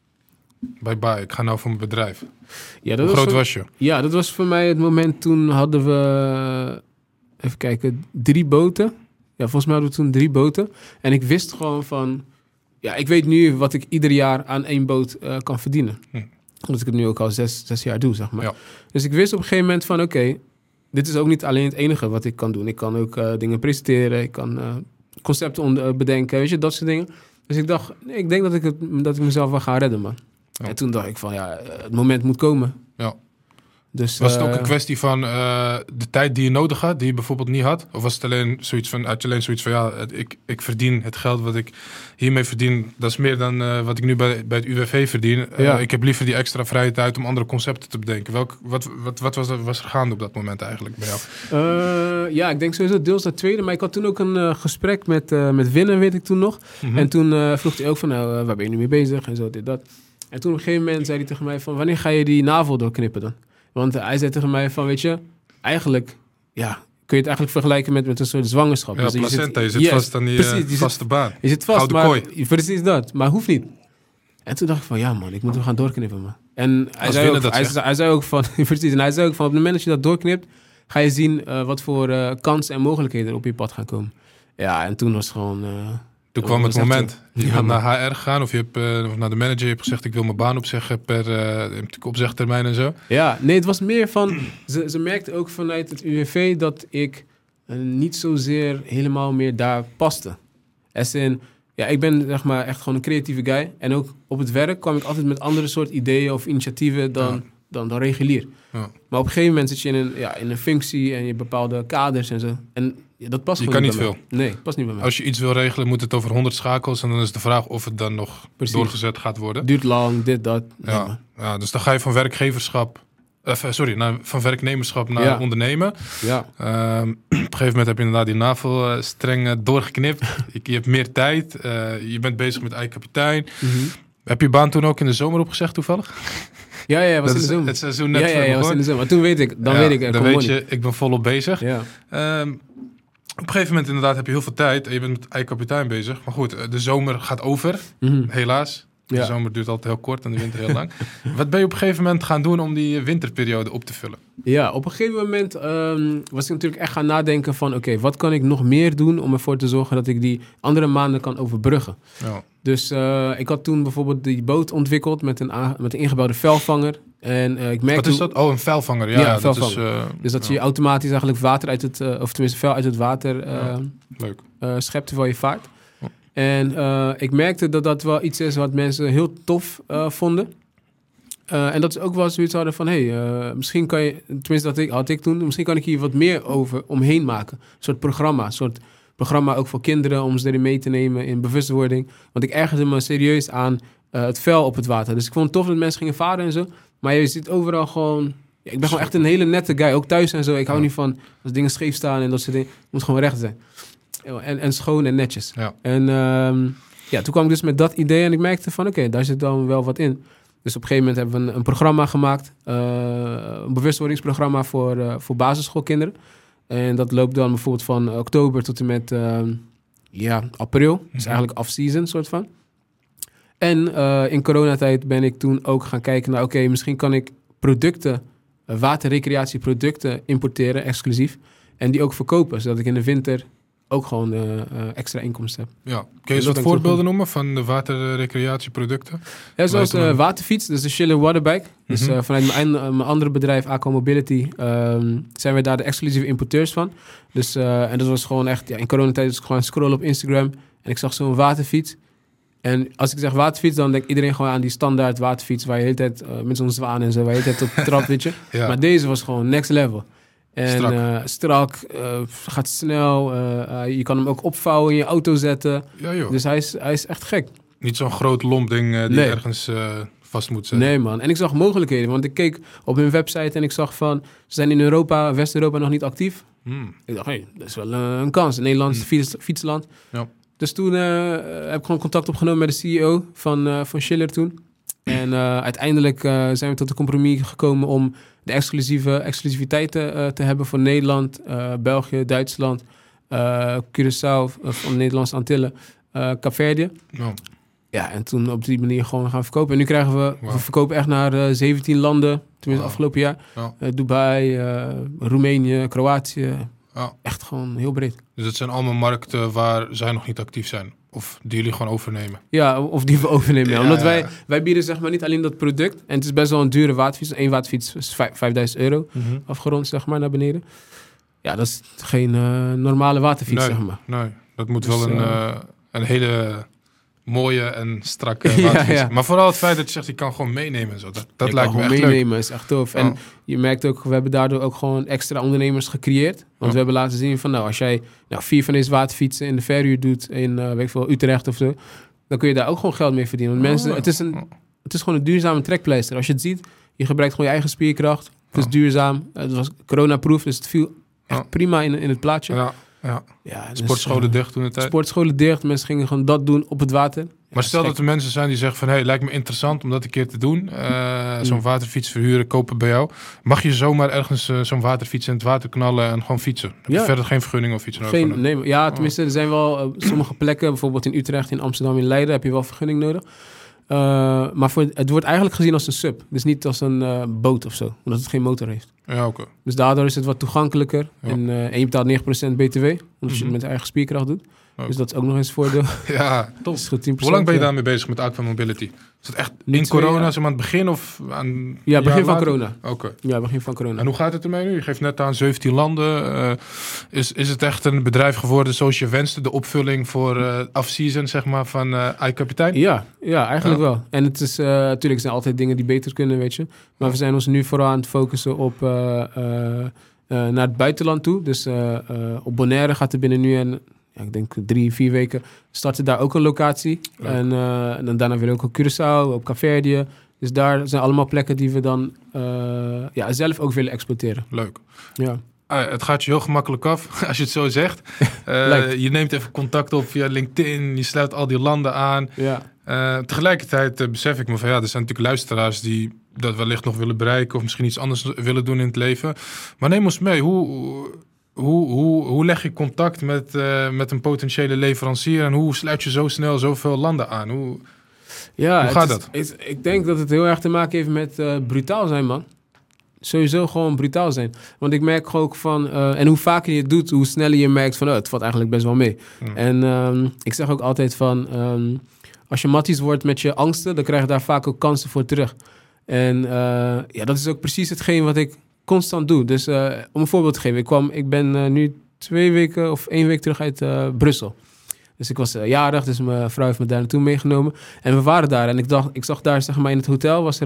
Bye, ik ga nou voor mijn bedrijf. Ja, Hoe groot was je? Ja, dat was voor mij het moment toen hadden we... Even kijken, 3 boten. Ja, volgens mij hadden we toen 3 boten. En ik wist gewoon van... Ja, ik weet nu wat ik ieder jaar aan 1 boot kan verdienen. Omdat ik het nu ook al 6 jaar doe, zeg maar. Ja. Dus ik wist op een gegeven moment van... Oké, dit is ook niet alleen het enige wat ik kan doen. Ik kan ook dingen presenteren. Ik kan concepten bedenken. Weet je, dat soort dingen. Dus ik dacht, ik denk dat ik mezelf wel ga redden, man. Ja. En toen dacht ik van, het moment moet komen. Ja. Dus, was het ook een kwestie van de tijd die je nodig had, die je bijvoorbeeld niet had? Of was het alleen zoiets van, ik verdien het geld wat ik hiermee verdien, dat is meer dan wat ik nu bij het UWV verdien. Ik heb liever die extra vrije tijd om andere concepten te bedenken. Wat was er gaande op dat moment eigenlijk bij jou? Ik denk sowieso deels dat tweede, maar ik had toen ook een gesprek met Winnen, weet ik toen nog. En toen vroeg hij ook van, waar ben je nu mee bezig en zo, dit, dat. En toen op een gegeven moment zei hij tegen mij van, wanneer ga je die navel doorknippen dan? Want hij zei tegen mij van, weet je, eigenlijk, kun je het eigenlijk vergelijken met een soort zwangerschap. Ja, dus placenta, je zit vast aan die vaste baan. Je zit vast, maar precies dat, maar hoeft niet. En toen dacht ik van, ja man, ik moet hem gaan doorknippen, man. En hij zei ook van, precies, en hij zei ook van, op het moment dat je dat doorknipt, ga je zien wat voor kansen en mogelijkheden er op je pad gaan komen. Ja, en toen was het gewoon... Toen kwam het moment. Je bent naar HR gegaan of je hebt naar de manager, je hebt gezegd ik wil mijn baan opzeggen per opzegtermijn en zo. Ja, nee, het was meer van, ze merkte ook vanuit het UWV dat ik niet zozeer helemaal meer daar paste. Ik ben zeg maar echt gewoon een creatieve guy. En ook op het werk kwam ik altijd met andere soort ideeën of initiatieven dan regulier. Ja. Maar op een gegeven moment zit je in een functie en je hebt bepaalde kaders en zo. En dat past gewoon niet veel. Nee, past niet bij mij. Als je iets wil regelen, moet het over 100 schakels. En dan is de vraag of het dan nog doorgezet gaat worden. Duurt lang, dit, dat. Ja, dus dan ga je van van werknemerschap naar ondernemen. Ja. Op een gegeven moment heb je inderdaad die navel streng doorgeknipt. Je hebt meer tijd. Je bent bezig met Eikapitein. Heb je baan toen ook in de zomer opgezegd toevallig? Ja, was in de zomer. Het seizoen net begon. Was in de zomer. Maar toen weet ik, ik ben volop bezig. Ja. Op een gegeven moment inderdaad heb je heel veel tijd en je bent met Eikapitein bezig. Maar goed, de zomer gaat over, helaas. De zomer duurt altijd heel kort en de winter heel lang. Wat ben je op een gegeven moment gaan doen om die winterperiode op te vullen? Ja, op een gegeven moment was ik natuurlijk echt gaan nadenken van... Oké, wat kan ik nog meer doen om ervoor te zorgen dat ik die andere maanden kan overbruggen? Ja. Dus ik had toen bijvoorbeeld die boot ontwikkeld met een ingebouwde vuilvanger. En ik merkte... Wat is dat? Oh, een vuilvanger. Ja, een vuilvanger. Dus dat je automatisch eigenlijk water uit het... of tenminste vuil uit het water schept terwijl je vaart. Ja. En ik merkte dat dat wel iets is wat mensen heel tof vonden. En dat is ook wel zoiets hadden van... misschien kan je... Tenminste, had ik toen... Misschien kan ik hier wat meer over omheen maken. Een soort programma ook voor kinderen... om ze erin mee te nemen in bewustwording. Want ik ergerde me serieus aan het vuil op het water. Dus ik vond het tof dat mensen gingen varen en zo. Maar je ziet overal gewoon... Ja, ik ben gewoon echt een hele nette guy. Ook thuis en zo. Ik hou niet van als dingen scheef staan en dat soort dingen. Het moet gewoon recht zijn. En schoon en netjes. Ja. En toen kwam ik dus met dat idee... en ik merkte van... Oké, daar zit dan wel wat in... Dus op een gegeven moment hebben we een programma gemaakt. Een bewustwordingsprogramma voor basisschoolkinderen. En dat loopt dan bijvoorbeeld van oktober tot en met april. Dus eigenlijk off-season soort van. En in coronatijd ben ik toen ook gaan kijken naar... Oké, misschien kan ik producten, waterrecreatieproducten importeren, exclusief. En die ook verkopen, zodat ik in de winter... ook gewoon extra inkomsten heb. Ja. Kun je eens wat voorbeelden noemen van de waterrecreatieproducten? Ja, zoals Waterfiets, dus de Schiller Waterbike. Dus vanuit mijn andere bedrijf, Aqua Mobility, zijn wij daar de exclusieve importeurs van. Dus, en dat was gewoon echt, in coronatijd dus gewoon scrollen op Instagram. En ik zag zo'n waterfiets. En als ik zeg waterfiets, dan denkt iedereen gewoon aan die standaard waterfiets... waar je de hele tijd met zo'n zwaan en zo, waar je de hele tijd op trap, weet je. Ja. Maar deze was gewoon next level. En strak, gaat snel. Je kan hem ook opvouwen, in je auto zetten. Ja, joh. Dus hij is echt gek. Niet zo'n groot lomp ding die ergens vast moet zetten. Nee, man. En ik zag mogelijkheden. Want ik keek op hun website en ik zag van... Ze zijn in Europa, West-Europa nog niet actief. Ik dacht, dat is wel een kans. Een Nederlands fietsland. Ja. Dus toen heb ik gewoon contact opgenomen met de CEO van Schiller toen. En uiteindelijk zijn we tot een compromis gekomen om... de exclusiviteiten te hebben voor Nederland, België, Duitsland, Curaçao, van Nederlandse Antillen, Kaapverdië. Oh. Ja, en toen op die manier gewoon gaan verkopen. En nu krijgen we verkopen echt naar 17 landen, tenminste afgelopen jaar. Dubai, Roemenië, Kroatië. Echt gewoon heel breed. Dus het zijn allemaal markten waar zij nog niet actief zijn? Of die jullie gewoon overnemen? Ja, of die we overnemen. Ja. Omdat wij bieden zeg maar niet alleen dat product. En het is best wel een dure waterfiets. Eén waterfiets is €5.000 afgerond zeg maar naar beneden. Ja, dat is geen normale waterfiets zeg maar. Nee, dat moet dus, wel een hele mooie en strakke waterfiets. Ja. Maar vooral het feit dat je zegt, je kan gewoon meenemen. Zo. Dat lijkt me echt meenemen leuk. Is echt tof. En je merkt ook, we hebben daardoor ook gewoon extra ondernemers gecreëerd. Want we hebben laten zien van, als jij 4 van deze waterfietsen in de verhuur doet in Utrecht of zo, dan kun je daar ook gewoon geld mee verdienen. Want mensen, het is gewoon een duurzame trekpleister. Als je het ziet, je gebruikt gewoon je eigen spierkracht. Het is duurzaam. Het was coronaproof, dus het viel echt prima in het plaatje. Ja, dus, sportscholen dicht toen de tijd. Sportscholen dicht, mensen gingen gewoon dat doen op het water. Maar stel dat er mensen zijn die zeggen van... hey, lijkt me interessant om dat een keer te doen. Zo'n waterfiets verhuren, kopen bij jou. Mag je zomaar ergens zo'n waterfiets in het water knallen en gewoon fietsen? Heb je verder geen vergunning of iets nodig? Tenminste, er zijn wel sommige plekken... bijvoorbeeld in Utrecht, in Amsterdam, in Leiden... heb je wel vergunning nodig. Maar het wordt eigenlijk gezien als een sub. Dus niet als een boot of zo. Omdat het geen motor heeft. Ja, oké. Dus daardoor is het wat toegankelijker. Ja. En je betaalt 9% BTW. Omdat je het met eigen spierkracht doet. Okay. Dus dat is ook nog eens voordeel. Ja, top. Hoe lang ben je daarmee bezig met Aqua Mobility? Is het echt in corona, zo aan het begin of aan... Ja, begin van corona. Oké. Ja, begin van corona. En hoe gaat het ermee nu? Je geeft net aan 17 landen. Is het echt een bedrijf geworden zoals je wenste? De opvulling voor off-season, zeg maar, van iCapitein? Ja, eigenlijk wel. En het is natuurlijk zijn altijd dingen die beter kunnen, weet je. Maar we zijn ons nu vooral aan het focussen op naar het buitenland toe. Dus op Bonaire gaat er binnen nu en... Ja, ik denk 3-4 weken starten daar ook een locatie. En dan daarna weer ook op Curaçao, op Kaapverdië. Dus daar zijn allemaal plekken die we dan zelf ook willen exploiteren. Leuk. Ja. Het gaat je heel gemakkelijk af, als je het zo zegt. Je neemt even contact op via LinkedIn. Je sluit al die landen aan. Ja. Tegelijkertijd besef ik me van... er zijn natuurlijk luisteraars die dat wellicht nog willen bereiken... of misschien iets anders willen doen in het leven. Maar neem ons mee, hoe leg je contact met een potentiële leverancier... en hoe sluit je zo snel zoveel landen aan? Ja, Hoe gaat dat? Ik denk dat het heel erg te maken heeft met brutaal zijn, man. Sowieso gewoon brutaal zijn. Want ik merk ook van... en hoe vaker je het doet, hoe sneller je merkt van... het valt eigenlijk best wel mee. En ik zeg ook altijd van... als je matties wordt met je angsten... dan krijg je daar vaak ook kansen voor terug. En dat is ook precies hetgeen wat ik constant doe. Dus om een voorbeeld te geven. Ik ben nu 2 weken of 1 week terug uit Brussel. Dus ik was jarig, dus mijn vrouw heeft me daar naartoe meegenomen. En we waren daar. En ik zag daar, zeg maar, in het hotel... was er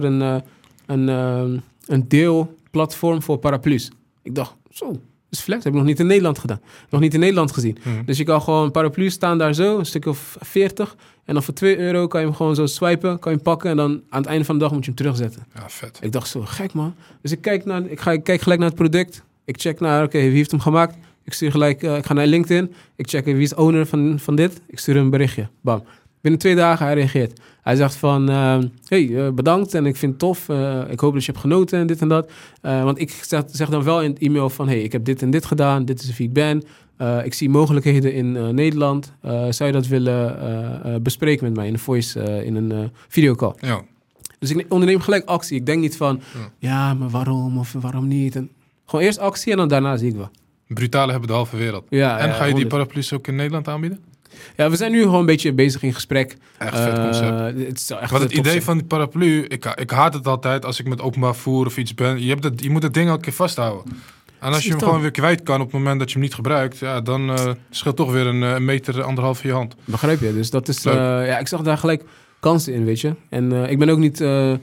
een deelplatform voor paraplu's. Ik dacht, zo, dat is flex. Dat heb ik nog niet in Nederland gedaan. Nog niet in Nederland gezien. Dus je kan gewoon paraplu's staan daar zo, een stuk of 40. En dan voor €2 kan je hem gewoon zo swipen, kan je hem pakken. En dan aan het einde van de dag moet je hem terugzetten. Ja, vet. Ik dacht zo, gek man. Dus ik kijk gelijk naar het product. Ik check naar, oké, wie heeft hem gemaakt? Ik stuur gelijk, ik ga naar LinkedIn. Ik check wie is owner van dit. Ik stuur hem een berichtje. Bam. Binnen 2 dagen, hij reageert. Hij zegt van, bedankt en ik vind het tof. Ik hoop dat je hebt genoten en dit en dat. Want ik zeg dan wel in het e-mail van... ik heb dit en dit gedaan, dit is wie ik ben. Ik zie mogelijkheden in Nederland. Zou je dat willen bespreken met mij in een voice, in een videocall? Ja. Dus ik onderneem gelijk actie. Ik denk niet van, maar waarom of waarom niet? En gewoon eerst actie en dan daarna zie ik wel. Brutale hebben de halve wereld. Ja, en ga je die 100. paraplu's ook in Nederland aanbieden? Ja, we zijn nu gewoon een beetje bezig in gesprek. Echt vet concept. Het is echt Wat het top idee zijn. van die paraplu, ik haat het altijd als ik met openbaar vervoer of iets ben. Je moet het ding elke keer vasthouden. En als je hem gewoon weer kwijt kan op het moment dat je hem niet gebruikt, ja, dan scheelt toch weer een meter, 1,5 in je hand. Begrijp je? Dus dat is... ik zag daar gelijk kansen in, weet je. En ik ben ook niet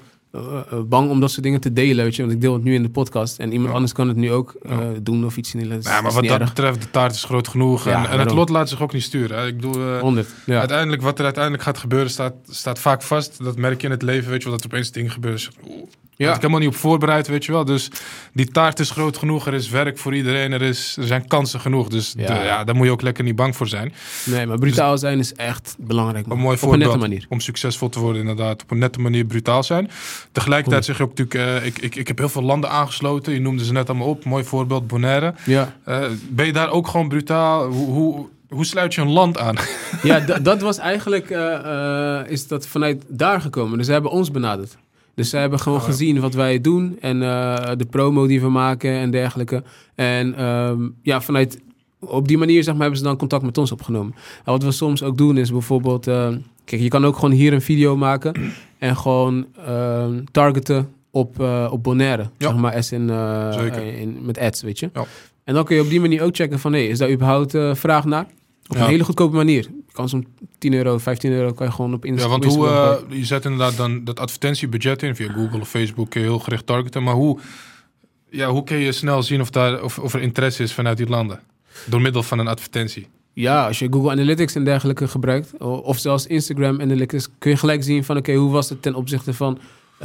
bang om dat soort dingen te delen, weet je. Want ik deel het nu in de podcast. En iemand anders kan het nu ook doen of iets in de Ja, maar wat dat betreft, de taart is groot genoeg. Ja, en het lot laat zich ook niet sturen. Hè. Ik bedoel, 100, ja. uiteindelijk, wat er uiteindelijk gaat gebeuren, staat vaak vast. Dat merk je in het leven, weet je wel, dat er opeens dingen gebeuren. Ja. Ik helemaal niet op voorbereid, weet je wel. Dus die taart is groot genoeg. Er is werk voor iedereen. Er zijn kansen genoeg. Dus daar moet je ook lekker niet bang voor zijn. Nee, maar brutaal zijn is echt belangrijk. Man. Een mooi op voorbeeld een nette manier. om succesvol te worden, inderdaad. Op een nette manier brutaal zijn. Tegelijkertijd zeg je ook natuurlijk... ik heb heel veel landen aangesloten. Je noemde ze net allemaal op. Mooi voorbeeld, Bonaire. Ja. Ben je daar ook gewoon brutaal? Hoe sluit je een land aan? Ja, dat was eigenlijk... is dat vanuit daar gekomen. Dus ze hebben ons benaderd. Dus ze hebben gewoon gezien wat wij doen en de promo die we maken en dergelijke. En vanuit op die manier zeg maar, hebben ze dan contact met ons opgenomen. En wat we soms ook doen is bijvoorbeeld... kijk, je kan ook gewoon hier een video maken en gewoon targeten op Bonaire. Ja. Zeg maar, met ads, weet je. Ja. En dan kun je op die manier ook checken van... is daar überhaupt vraag naar? Op een hele goedkope manier. Je kan zo'n €10, €15 kan je gewoon op Instagram... Ja, want je zet inderdaad dan dat advertentiebudget in... via Google of Facebook heel gericht targeten. Maar hoe kun je snel zien of er interesse is vanuit die landen? Door middel van een advertentie. Ja, als je Google Analytics en dergelijke gebruikt... of zelfs Instagram Analytics... kun je gelijk zien van... hoe was het ten opzichte van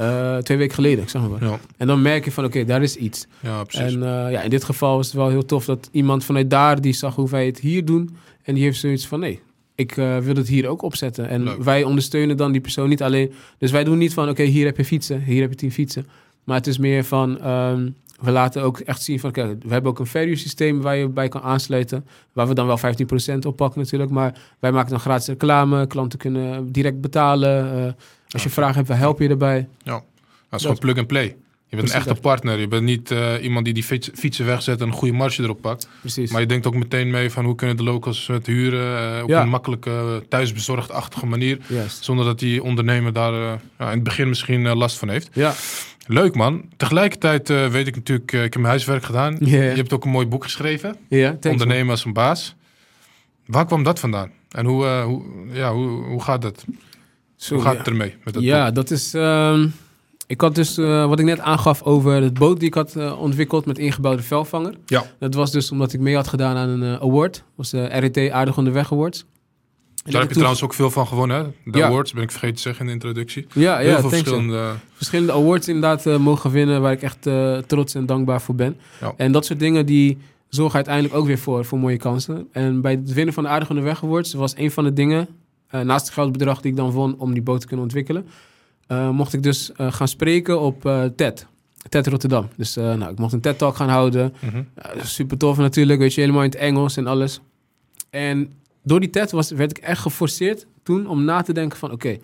2 weken geleden, ik zeg maar. Ja. En dan merk je van, daar is iets. Ja, precies. En in dit geval was het wel heel tof... dat iemand vanuit daar, die zag hoe wij het hier doen... en die heeft zoiets van, nee, ik wil het hier ook opzetten. En leuk. Wij ondersteunen dan die persoon niet alleen... Dus wij doen niet van, hier heb je fietsen, hier heb je 10 fietsen. Maar het is meer van... we laten ook echt zien van... we hebben ook een value systeem waar je bij kan aansluiten... waar we dan wel 15% op pakken natuurlijk... maar wij maken dan gratis reclame... klanten kunnen direct betalen... als je vragen hebt, we helpen je erbij. Ja, dat is gewoon plug and play. Je bent een echte partner. Je bent niet iemand die fietsen wegzet en een goede marge erop pakt. Precies. Maar je denkt ook meteen mee van hoe kunnen de locals het huren... op een makkelijke, thuisbezorgd-achtige manier. Juist. Zonder dat die ondernemer daar in het begin misschien last van heeft. Ja. Leuk man. Tegelijkertijd weet ik natuurlijk, ik heb mijn huiswerk gedaan. Yeah. Je hebt ook een mooi boek geschreven. Ondernemen als een baas. Waar kwam dat vandaan? En hoe gaat dat? Hoe gaat het ermee met dat boek? Dat is... ik had dus, wat ik net aangaf over het boot die ik had ontwikkeld met ingebouwde velvanger. Ja. Dat was dus omdat ik mee had gedaan aan een award. Dat was de RET Aardig Onderweg Awards. Daar heb je trouwens ook veel van gewonnen, hè? De awards, ben ik vergeten te zeggen in de introductie. Ja, heel veel verschillende awards inderdaad mogen winnen... waar ik echt trots en dankbaar voor ben. Ja. En dat soort dingen die zorgen uiteindelijk ook weer voor mooie kansen. En bij het winnen van de Aardig Onderweg Awards... was een van de dingen, naast het geldbedrag die ik dan won... om die boot te kunnen ontwikkelen... mocht ik dus gaan spreken op TED Rotterdam. Dus ik mocht een TED-talk gaan houden. Mm-hmm. Super tof natuurlijk, weet je, helemaal in het Engels en alles. En door die TED werd ik echt geforceerd toen om na te denken van...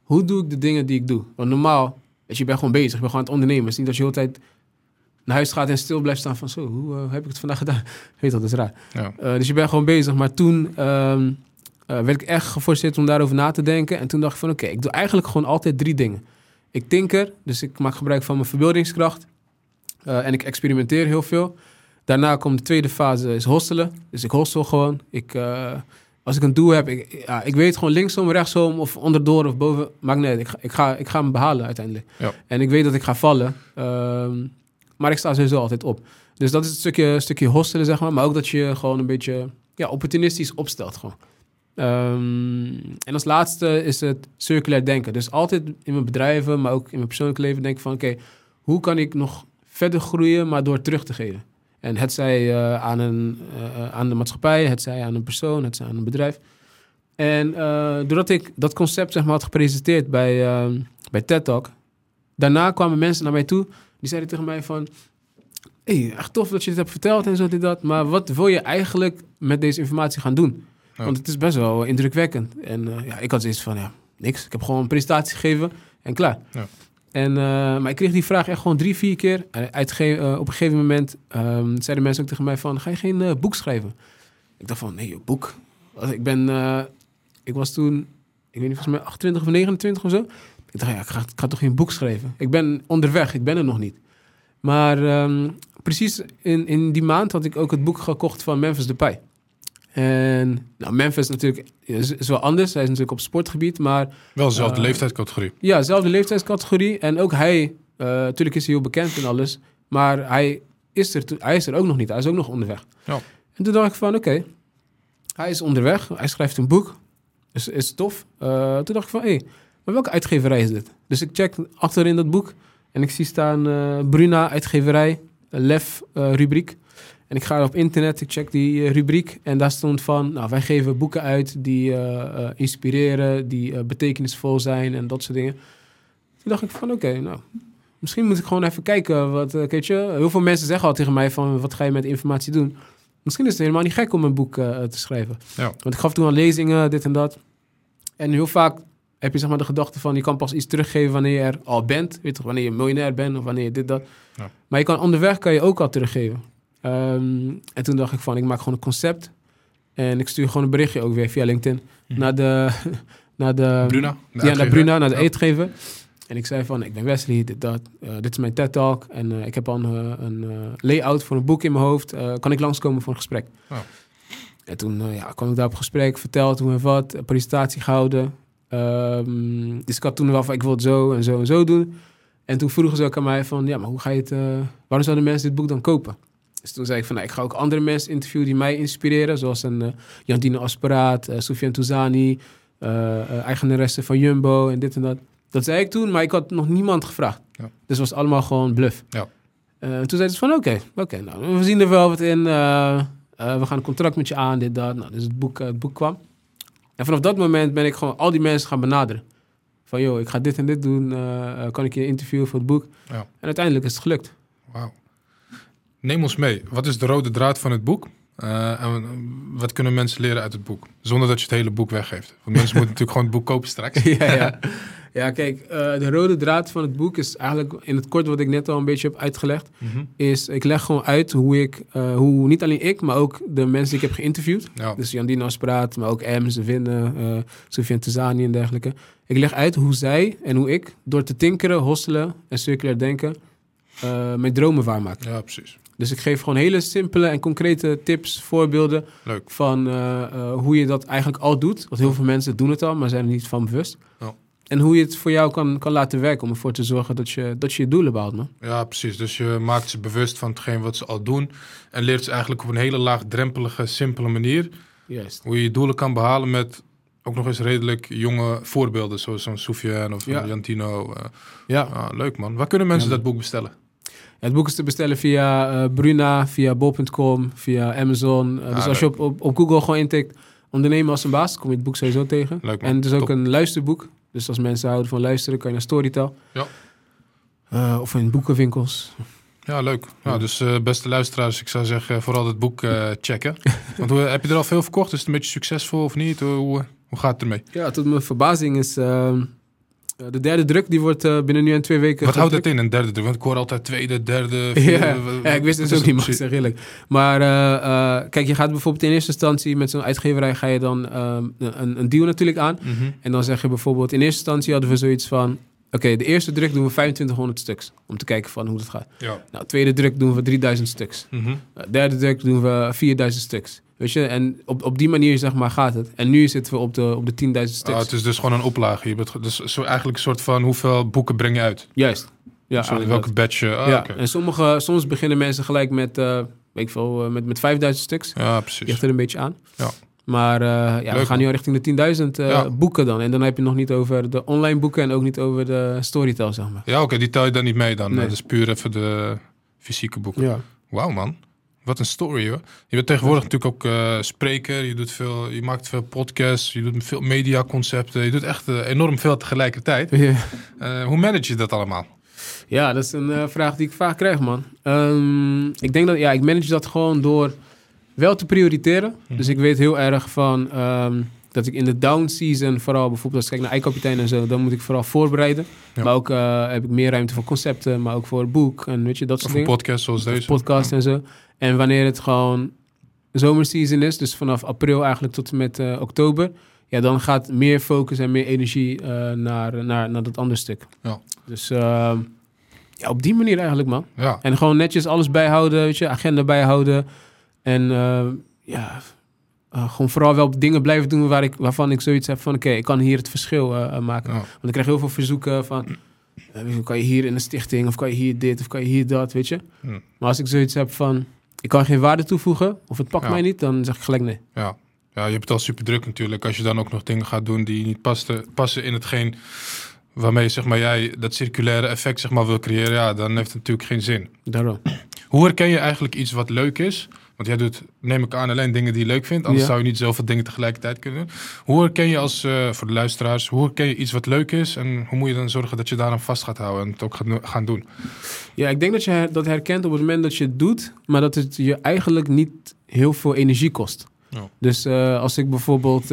hoe doe ik de dingen die ik doe? Want normaal, weet je, je bent gewoon bezig. Je bent gewoon aan het ondernemen. Het is niet dat je de hele tijd naar huis gaat en stil blijft staan van zo, hoe heb ik het vandaag gedaan? Weet dat is raar. Ja. Dus je bent gewoon bezig. Maar toen werd ik echt geforceerd om daarover na te denken. En toen dacht ik van oké, ik doe eigenlijk gewoon altijd 3 dingen. Ik tinker, dus ik maak gebruik van mijn verbeeldingskracht. En ik experimenteer heel veel. Daarna komt de tweede fase, is hostelen. Dus ik hostel gewoon. Als ik een doel heb, ik weet gewoon linksom, rechtsom of onderdoor of boven. Maakt niet uit. Ik ga hem behalen uiteindelijk. Ja. En ik weet dat ik ga vallen. Maar ik sta sowieso altijd op. Dus dat is het stukje hostelen, zeg maar. Maar ook dat je gewoon een beetje opportunistisch opstelt gewoon. En als laatste is het circulair denken. Dus altijd in mijn bedrijven, maar ook in mijn persoonlijke leven denken van oké, hoe kan ik nog verder groeien, maar door terug te geven? En het zij aan de maatschappij, het zij aan een persoon, het zij aan een bedrijf. En doordat ik dat concept zeg maar had gepresenteerd bij TED Talk, daarna kwamen mensen naar mij toe, die zeiden tegen mij van hey, echt tof dat je dit hebt verteld en zo dit dat, maar wat wil je eigenlijk met deze informatie gaan doen? Ja. Want het is best wel indrukwekkend. En ik had zoiets van, niks. Ik heb gewoon een presentatie gegeven en klaar. Ja. Maar ik kreeg die vraag echt gewoon 3-4 keer. Op een gegeven moment zeiden mensen ook tegen mij van, ga je geen boek schrijven? Ik dacht van, nee, boek. Ik was toen, ik weet niet, volgens mij 28 of 29 of zo. Ik dacht, ik ga toch geen boek schrijven? Ik ben onderweg, ik ben er nog niet. Maar precies in die maand had ik ook het boek gekocht van Memphis Depay. En Memphis natuurlijk is wel anders. Hij is natuurlijk op sportgebied, maar... Wel dezelfde leeftijdscategorie. Ja, dezelfde leeftijdscategorie. En ook hij, natuurlijk is hij heel bekend en alles. Maar hij is er ook nog niet. Hij is ook nog onderweg. Ja. En toen dacht ik van, oké, hij is onderweg. Hij schrijft een boek. Is tof. Toen dacht ik van, maar welke uitgeverij is dit? Dus ik check achterin dat boek. En ik zie staan Bruna uitgeverij, Lef rubriek. En ik ga op internet, ik check die rubriek. En daar stond van, wij geven boeken uit die inspireren, die betekenisvol zijn en dat soort dingen. Toen dacht ik van, oké, misschien moet ik gewoon even kijken. Weet je, heel veel mensen zeggen al tegen mij van, wat ga je met informatie doen? Misschien is het helemaal niet gek om een boek te schrijven. Ja. Want ik gaf toen al lezingen, dit en dat. En heel vaak heb je zeg maar de gedachte van, je kan pas iets teruggeven wanneer je er al bent. Weet je, wanneer je miljonair bent of wanneer je dit, dat. Ja. Maar onderweg kan je ook al teruggeven. En toen dacht ik van, ik maak gewoon een concept. En ik stuur gewoon een berichtje ook weer via LinkedIn naar Bruna. Naar Bruna, naar de uitgever. En ik zei van, ik ben Wesley, dit is mijn TED Talk. En ik heb al een layout voor een boek in mijn hoofd. Kan ik langskomen voor een gesprek? Oh. En toen kwam ik daar op gesprek, verteld hoe en wat, een presentatie gehouden. Dus ik had toen wel van, ik wil het zo en zo en zo doen. En toen vroegen ze ook aan mij van, maar hoe ga je het... waarom zouden mensen dit boek dan kopen? Dus toen zei ik van, ik ga ook andere mensen interviewen die mij inspireren. Zoals een Jandine Asperaat, Soufiane Touzani, eigenaresse van Jumbo en dit en dat. Dat zei ik toen, maar ik had nog niemand gevraagd. Ja. Dus het was allemaal gewoon bluff. Ja. Toen zei ze van, oké, we zien er wel wat in. We gaan een contract met je aan, dit, dat. Dus het boek kwam. En vanaf dat moment ben ik gewoon al die mensen gaan benaderen. Van, ik ga dit en dit doen. Kan ik je interviewen voor het boek? Ja. En uiteindelijk is het gelukt. Wauw. Neem ons mee. Wat is de rode draad van het boek? En wat kunnen mensen leren uit het boek? Zonder dat je het hele boek weggeeft. Want mensen moeten natuurlijk gewoon het boek kopen straks. Ja, kijk, de rode draad van het boek is eigenlijk in het kort wat ik net al een beetje heb uitgelegd. Mm-hmm. Is ik leg gewoon uit hoe niet alleen ik, maar ook de mensen die ik heb geïnterviewd. Ja. Dus Jandine Asperaat, maar ook Ems, Winne, Soufiane Touzani en dergelijke. Ik leg uit hoe zij en hoe ik door te tinkeren, hostelen en circulair denken mijn dromen waarmaken. Ja, precies. Dus ik geef gewoon hele simpele en concrete tips, voorbeelden van hoe je dat eigenlijk al doet. Want heel veel mensen doen het al, maar zijn er niet van bewust. Ja. En hoe je het voor jou kan laten werken om ervoor te zorgen dat je doelen behaalt, man. Ja, precies. Dus je maakt ze bewust van hetgeen wat ze al doen. En leert ze eigenlijk op een hele laagdrempelige, simpele manier. Juist. Hoe je je doelen kan behalen met ook nog eens redelijk jonge voorbeelden. Zoals zo'n Soufiane of Jantino. Leuk, man. Waar kunnen mensen dat boek bestellen? Het boek is te bestellen via Bruna, via bol.com, via Amazon. Dus als je op Google gewoon intikt ondernemen als een baas, kom je het boek sowieso tegen. Leuk, man. En het is ook een luisterboek. Dus als mensen houden van luisteren, kan je naar Storytel. Ja. Of in boekenwinkels. Ja, leuk. Ja, dus beste luisteraars, ik zou zeggen vooral het boek checken. Want heb je er al veel verkocht? Is het een beetje succesvol of niet? Hoe gaat het ermee? Ja, tot mijn verbazing is De derde druk, die wordt binnen nu en 2 weken Wat houdt gedrukt. het in, een derde druk? Want ik hoor altijd tweede, derde, vierde. Ja, ik wist het ook niet, maar ik zeg eerlijk. Maar kijk, je gaat bijvoorbeeld in eerste instantie met zo'n uitgeverij ga je dan een deal natuurlijk aan. Mhm. En dan zeg je bijvoorbeeld, in eerste instantie hadden we zoiets van... Oké, de eerste druk doen we 2500 stuks. Om te kijken van hoe dat gaat. Ja. Nou, tweede druk doen we 3000 stuks. Mhm. Derde druk doen we 4000 stuks. Weet je, en op die manier zeg maar gaat het. En nu zitten we op de 10.000 stuks. Het is dus gewoon een oplage. Je bent dus zo eigenlijk een soort van hoeveel boeken breng je uit? Juist. Ja, Sorry, welke batch? ja. Oké. En soms beginnen mensen gelijk met, weet ik veel, met 5000 stuks. Ja, precies. Ligt er een beetje aan. Ja. Maar we Leuk, gaan nu al richting de 10.000 Ja. boeken dan. En dan heb je nog niet over de online boeken en ook niet over de Storytel, zeg maar. Ja, oké, die tel je dan niet mee dan. Nee. Dat is puur even de fysieke boeken. Ja. Wauw, man. Wat een story, hoor. Je bent tegenwoordig natuurlijk ook spreker. Je maakt veel podcasts. Je doet veel mediaconcepten. Je doet echt enorm veel tegelijkertijd. Hoe manage je dat allemaal? Ja, dat is een vraag die ik vaak krijg, man. Ik denk dat, ik manage dat gewoon door wel te prioriteren. Dus ik weet heel erg van dat ik in de down season, vooral bijvoorbeeld als ik kijk naar eikapitein en zo, dan moet ik vooral voorbereiden. Ja. Maar ook heb ik meer ruimte voor concepten, maar ook voor het boek en weet je, dat Of soort een dingen. podcast zoals deze? Podcast en zo. En wanneer het gewoon zomerseason is, dus vanaf april eigenlijk tot en met oktober, ja, dan gaat meer focus en meer energie naar dat andere stuk. Ja. Dus op die manier eigenlijk, man. Ja. En gewoon netjes alles bijhouden, weet je, agenda bijhouden. En gewoon vooral wel dingen blijven doen waarvan ik zoiets heb van... Oké, ik kan hier het verschil maken. Ja. Want ik krijg heel veel verzoeken van... kan je hier in een stichting of kan je hier dit of kan je hier dat, weet je. Hm. Maar als ik zoiets heb van... Ik kan geen waarde toevoegen of het pakt Ja. mij niet, dan zeg ik gelijk nee. Ja. Ja, je hebt het al super druk natuurlijk. Als je dan ook nog dingen gaat doen die niet passen in hetgeen waarmee zeg maar, jij dat circulaire effect zeg maar, wil creëren, ja, dan heeft het natuurlijk geen zin. Daarom. Hoe herken je eigenlijk iets wat leuk is? Want jij doet, neem ik aan, alleen dingen die je leuk vindt. Anders Ja. zou je niet zoveel dingen tegelijkertijd kunnen doen. Hoe herken je voor de luisteraars, hoe herken je iets wat leuk is? En hoe moet je dan zorgen dat je daaraan vast gaat houden en het ook gaat gaan doen? Ja, ik denk dat je dat herkent op het moment dat je het doet, maar dat het je eigenlijk niet heel veel energie kost. Ja. Dus als ik bijvoorbeeld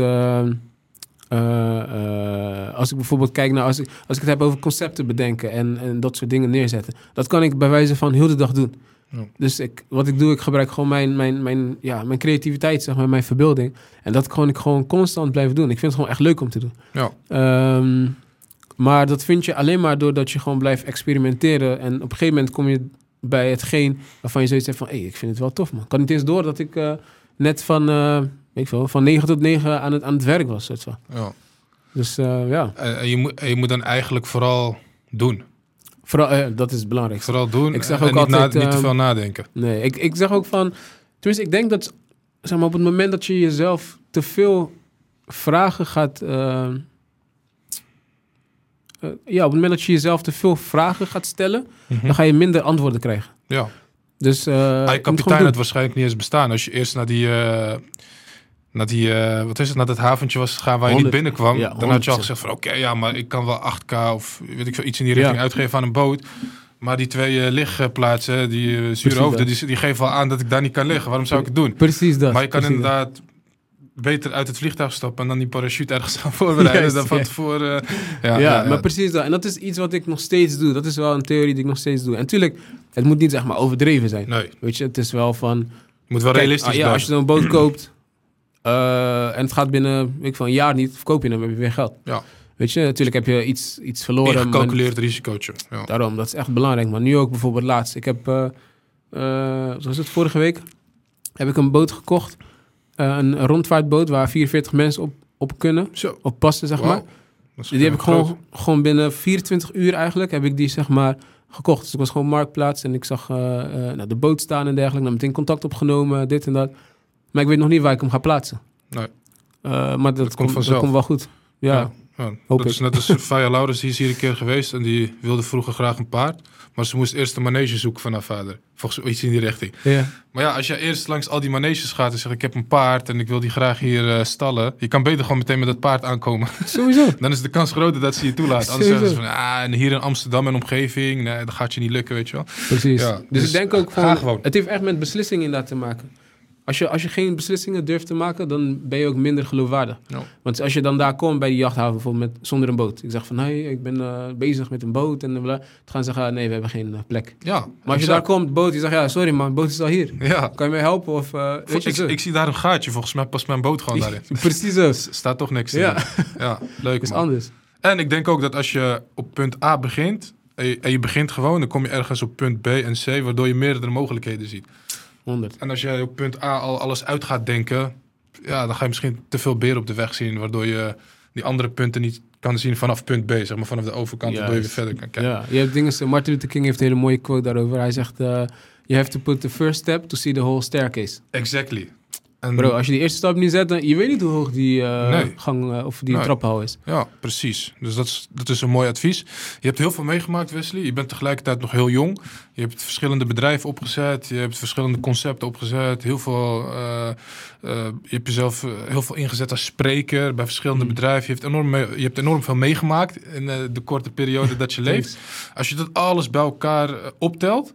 kijk naar als ik het heb over concepten bedenken en dat soort dingen neerzetten, dat kan ik bij wijze van heel de dag doen. Ja. Dus ik gebruik gewoon mijn creativiteit, zeg maar, mijn verbeelding. En dat kan ik gewoon constant blijven doen. Ik vind het gewoon echt leuk om te doen. Ja. Maar dat vind je alleen maar doordat je gewoon blijft experimenteren. En op een gegeven moment kom je bij hetgeen waarvan je zoiets hebt van... ik vind het wel tof, man. Ik kan niet eens door dat ik net van 9 tot 9 aan het werk was. Soort van. Ja. Dus ja. En je moet dan eigenlijk vooral doen. Vooral, dat is het belangrijkste. Vooral doen Ik zeg en ook altijd, niet te veel nadenken. Nee, ik zeg ook van... Tenminste, ik denk dat... Zeg maar, op het moment dat je jezelf te veel vragen gaat... op het moment dat je jezelf te veel vragen gaat stellen... dan ga je minder antwoorden krijgen. Ja. Dus Kapitein had waarschijnlijk niet eens bestaan. Als je eerst naar dat haventje was gegaan waar je niet 100, binnenkwam, ja, dan had je al 100%. gezegd van oké, maar ik kan wel 8K of weet ik veel, iets in die richting uitgeven aan een boot. Maar die 2 ligplaatsen, die zure hoofden, die geven wel aan dat ik daar niet kan liggen. Waarom zou ik het doen? Precies dat. Maar je kan precies inderdaad beter uit het vliegtuig stappen en dan die parachute ergens gaan voorbereiden. Juist, dan van ja. tevoren. Maar precies dat. En dat is iets wat ik nog steeds doe. Dat is wel een theorie die ik nog steeds doe. En natuurlijk, het moet niet zeg maar overdreven zijn. Nee, Weet je, het is wel van... je moet wel realistisch als blijven. je zo'n boot koopt en het gaat binnen een jaar niet, verkoop je hem, heb je weer geld. Ja. Weet je, natuurlijk heb je iets verloren. Ingecalculeerd risicootje. Ja. Daarom, dat is echt belangrijk. Maar nu ook bijvoorbeeld laatst. Ik heb, zoals het vorige week, heb ik een boot gekocht. Een rondvaartboot waar 44 mensen op kunnen. Zo. Op passen, zeg Wauw. maar. Dat is Die heb ik groot. gewoon binnen 24 uur eigenlijk, heb ik die zeg maar gekocht. Dus ik was gewoon marktplaats en ik zag de boot staan en dergelijke. Nou, meteen contact opgenomen, dit en dat. Maar ik weet nog niet waar ik hem ga plaatsen. Nee. Maar dat komt vanzelf. Dat komt wel goed. Ja. Ja, Hoop dat is net als Faya Laurens, die is hier een keer geweest en die wilde vroeger graag een paard. Maar ze moest eerst een manege zoeken van haar vader. Volgens iets in die richting. Ja. Maar ja, als je eerst langs al die maneges gaat en zegt ik heb een paard en ik wil die graag hier stallen. Je kan beter gewoon meteen met dat paard aankomen. Sowieso. Dan is de kans groter dat ze je toelaat. Anders Sowieso. zeggen ze van, en hier in Amsterdam en omgeving, nee, dat gaat je niet lukken, weet je wel. Precies. Ja, dus ik denk ook ga van, gewoon. het heeft echt met beslissingen inderdaad te maken. Als je geen beslissingen durft te maken, dan ben je ook minder geloofwaardig. Ja. Want als je dan daar komt bij die jachthaven bijvoorbeeld zonder een boot. Ik zeg van, hey, ik ben bezig met een boot. En bla. Dan gaan ze zeggen, nee, we hebben geen plek. Ja, Maar als je daar komt, boot, je zegt, ja, sorry man, boot is al hier. Ja. Kan je mij helpen? Of, weet je zo? Ik zie daar een gaatje, volgens mij past mijn boot gewoon daarin. Precies zo. Staat toch niks in. Ja. Ja, leuk is man. anders. En ik denk ook dat als je op punt A begint en je begint gewoon, dan kom je ergens op punt B en C, waardoor je meerdere mogelijkheden ziet. 100. En als jij op punt A al alles uit gaat denken, ja, dan ga je misschien te veel beren op de weg zien, waardoor je die andere punten niet kan zien vanaf punt B, zeg maar vanaf de overkant, waardoor je weer verder kan kijken. Ja, je hebt dingen. Martin Luther King heeft een hele mooie quote daarover. Hij zegt, you have to put the first step to see the whole staircase. Exactly. En Bro, als je die eerste stap niet zet, dan je weet niet hoe hoog die Nee. gang of die Nee. trappenhal is. Ja, precies. Dus dat is een mooi advies. Je hebt heel veel meegemaakt, Wesley. Je bent tegelijkertijd nog heel jong. Je hebt verschillende bedrijven opgezet. Je hebt verschillende concepten opgezet. Heel veel, je hebt jezelf heel veel ingezet als spreker bij verschillende bedrijven. Je hebt enorm veel meegemaakt in de korte periode dat je leeft. Als je dat alles bij elkaar optelt,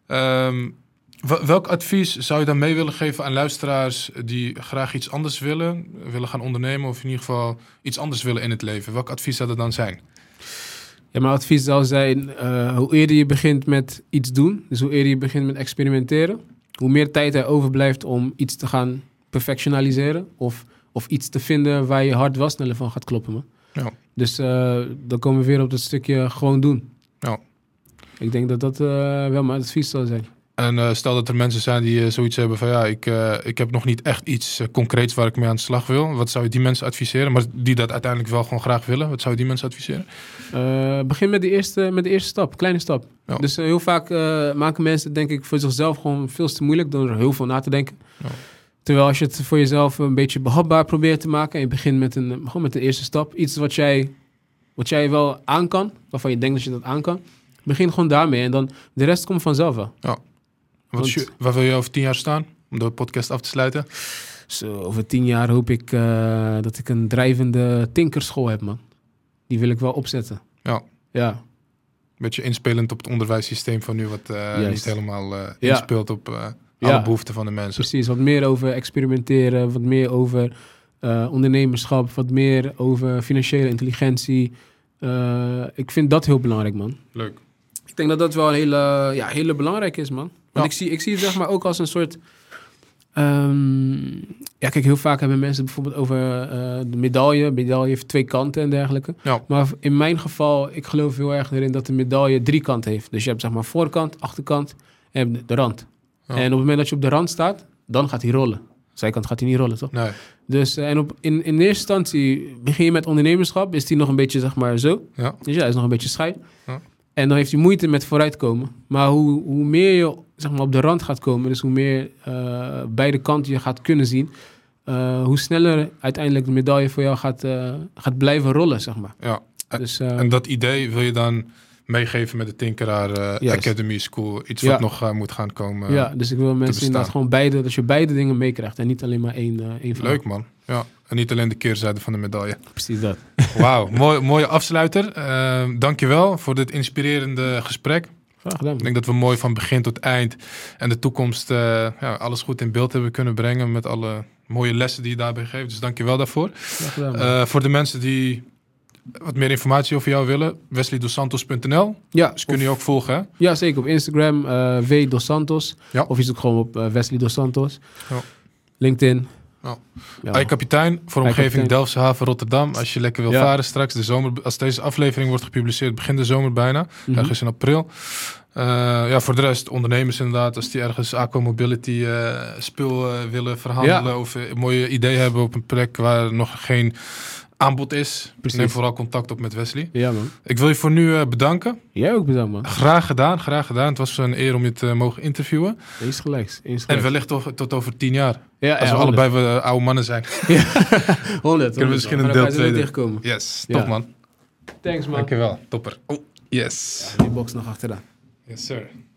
welk advies zou je dan mee willen geven aan luisteraars die graag iets anders willen gaan ondernemen of in ieder geval iets anders willen in het leven? Welk advies zou dat dan zijn? Ja, mijn advies zou zijn, hoe eerder je begint met iets doen, dus hoe eerder je begint met experimenteren, hoe meer tijd er overblijft om iets te gaan perfectionaliseren of iets te vinden waar je hart wel sneller van gaat kloppen. Man. Ja. Dus dan komen we weer op dat stukje gewoon doen. Ja. Ik denk dat dat wel mijn advies zou zijn. En stel dat er mensen zijn die zoiets hebben van ja, ik heb nog niet echt iets concreets waar ik mee aan de slag wil. Wat zou je die mensen adviseren? Maar die dat uiteindelijk wel gewoon graag willen. Wat zou je die mensen adviseren? Begin met de eerste stap, kleine stap. Ja. Dus heel vaak maken mensen denk ik voor zichzelf gewoon veel te moeilijk door er heel veel na te denken. Ja. Terwijl als je het voor jezelf een beetje behapbaar probeert te maken en je begint gewoon met de eerste stap. Iets wat jij wel aan kan, waarvan je denkt dat je dat aan kan. Begin gewoon daarmee en dan de rest komt vanzelf wel. Ja. Waar wil je over 10 jaar staan? Om de podcast af te sluiten. Zo, over 10 jaar hoop ik dat ik een drijvende tinkerschool heb, man. Die wil ik wel opzetten. Ja. Ja. Een beetje inspelend op het onderwijssysteem van nu, wat niet helemaal inspeelt op alle behoeften van de mensen. Precies, wat meer over experimenteren, wat meer over ondernemerschap, wat meer over financiële intelligentie. Ik vind dat heel belangrijk, man. Leuk. Ik denk dat dat wel een hele belangrijk is, man. Want ik zie het zeg maar ook als een soort... kijk, heel vaak hebben mensen bijvoorbeeld over de medaille. De medaille heeft 2 kanten en dergelijke. Ja. Maar in mijn geval, ik geloof heel erg erin dat de medaille 3 kanten heeft. Dus je hebt zeg maar voorkant, achterkant en de rand. Ja. En op het moment dat je op de rand staat, dan gaat hij rollen. Zijkant gaat hij niet rollen, toch? Nee. Dus in eerste instantie begin je met ondernemerschap. Is die nog een beetje zeg maar zo. Ja. Dus ja, is nog een beetje schijn. Ja. En dan heeft hij moeite met vooruitkomen. Maar hoe meer je zeg maar, op de rand gaat komen, dus hoe meer beide kanten je gaat kunnen zien, hoe sneller uiteindelijk de medaille voor jou gaat blijven rollen, zeg maar. Ja. Dus, En dat idee wil je dan meegeven met de Tinkeraar Academy School. Iets wat nog moet gaan komen. Ja, dus ik wil mensen inderdaad gewoon dat je beide dingen meekrijgt en niet alleen maar één van. Leuk, man. Ja. En niet alleen de keerzijde van de medaille. Precies dat. Wauw, mooie afsluiter. Dankjewel voor dit inspirerende gesprek. Graag gedaan. Ik denk dat we mooi van begin tot eind en de toekomst alles goed in beeld hebben kunnen brengen met alle mooie lessen die je daarbij geeft. Dus dankjewel daarvoor. Graag gedaan. Voor de mensen die wat meer informatie over jou willen, wesleydosantos.nl. Ja, dus kun je ook volgen, hè? Ja, zeker. Op Instagram, W Dos Santos. Ja. Of je zoekt gewoon op Wesley Dos Santos. Ja. LinkedIn. Ja. Ja. Kapitein voor omgeving Kapitein. Delftse Haven, Rotterdam. Als je lekker wil varen straks, de zomer, als deze aflevering wordt gepubliceerd, begint de zomer bijna. Ergens in april. Voor de rest, ondernemers inderdaad, als die ergens Aqua Mobility spul willen verhandelen of mooie ideeën hebben op een plek waar nog geen aanbod is. Precies. Neem vooral contact op met Wesley. Ja, man. Ik wil je voor nu bedanken. Jij ook bedankt, man. Graag gedaan. Het was een eer om je te mogen interviewen. Eens gelijk. En wellicht tot over 10 jaar. Ja, als we allebei oude mannen zijn. 100. Kunnen we misschien een deel 2 tegenkomen. Yes, top man. Thanks, man. Dankjewel, topper. Oh, yes. Die box nog achteraan. Yes, sir.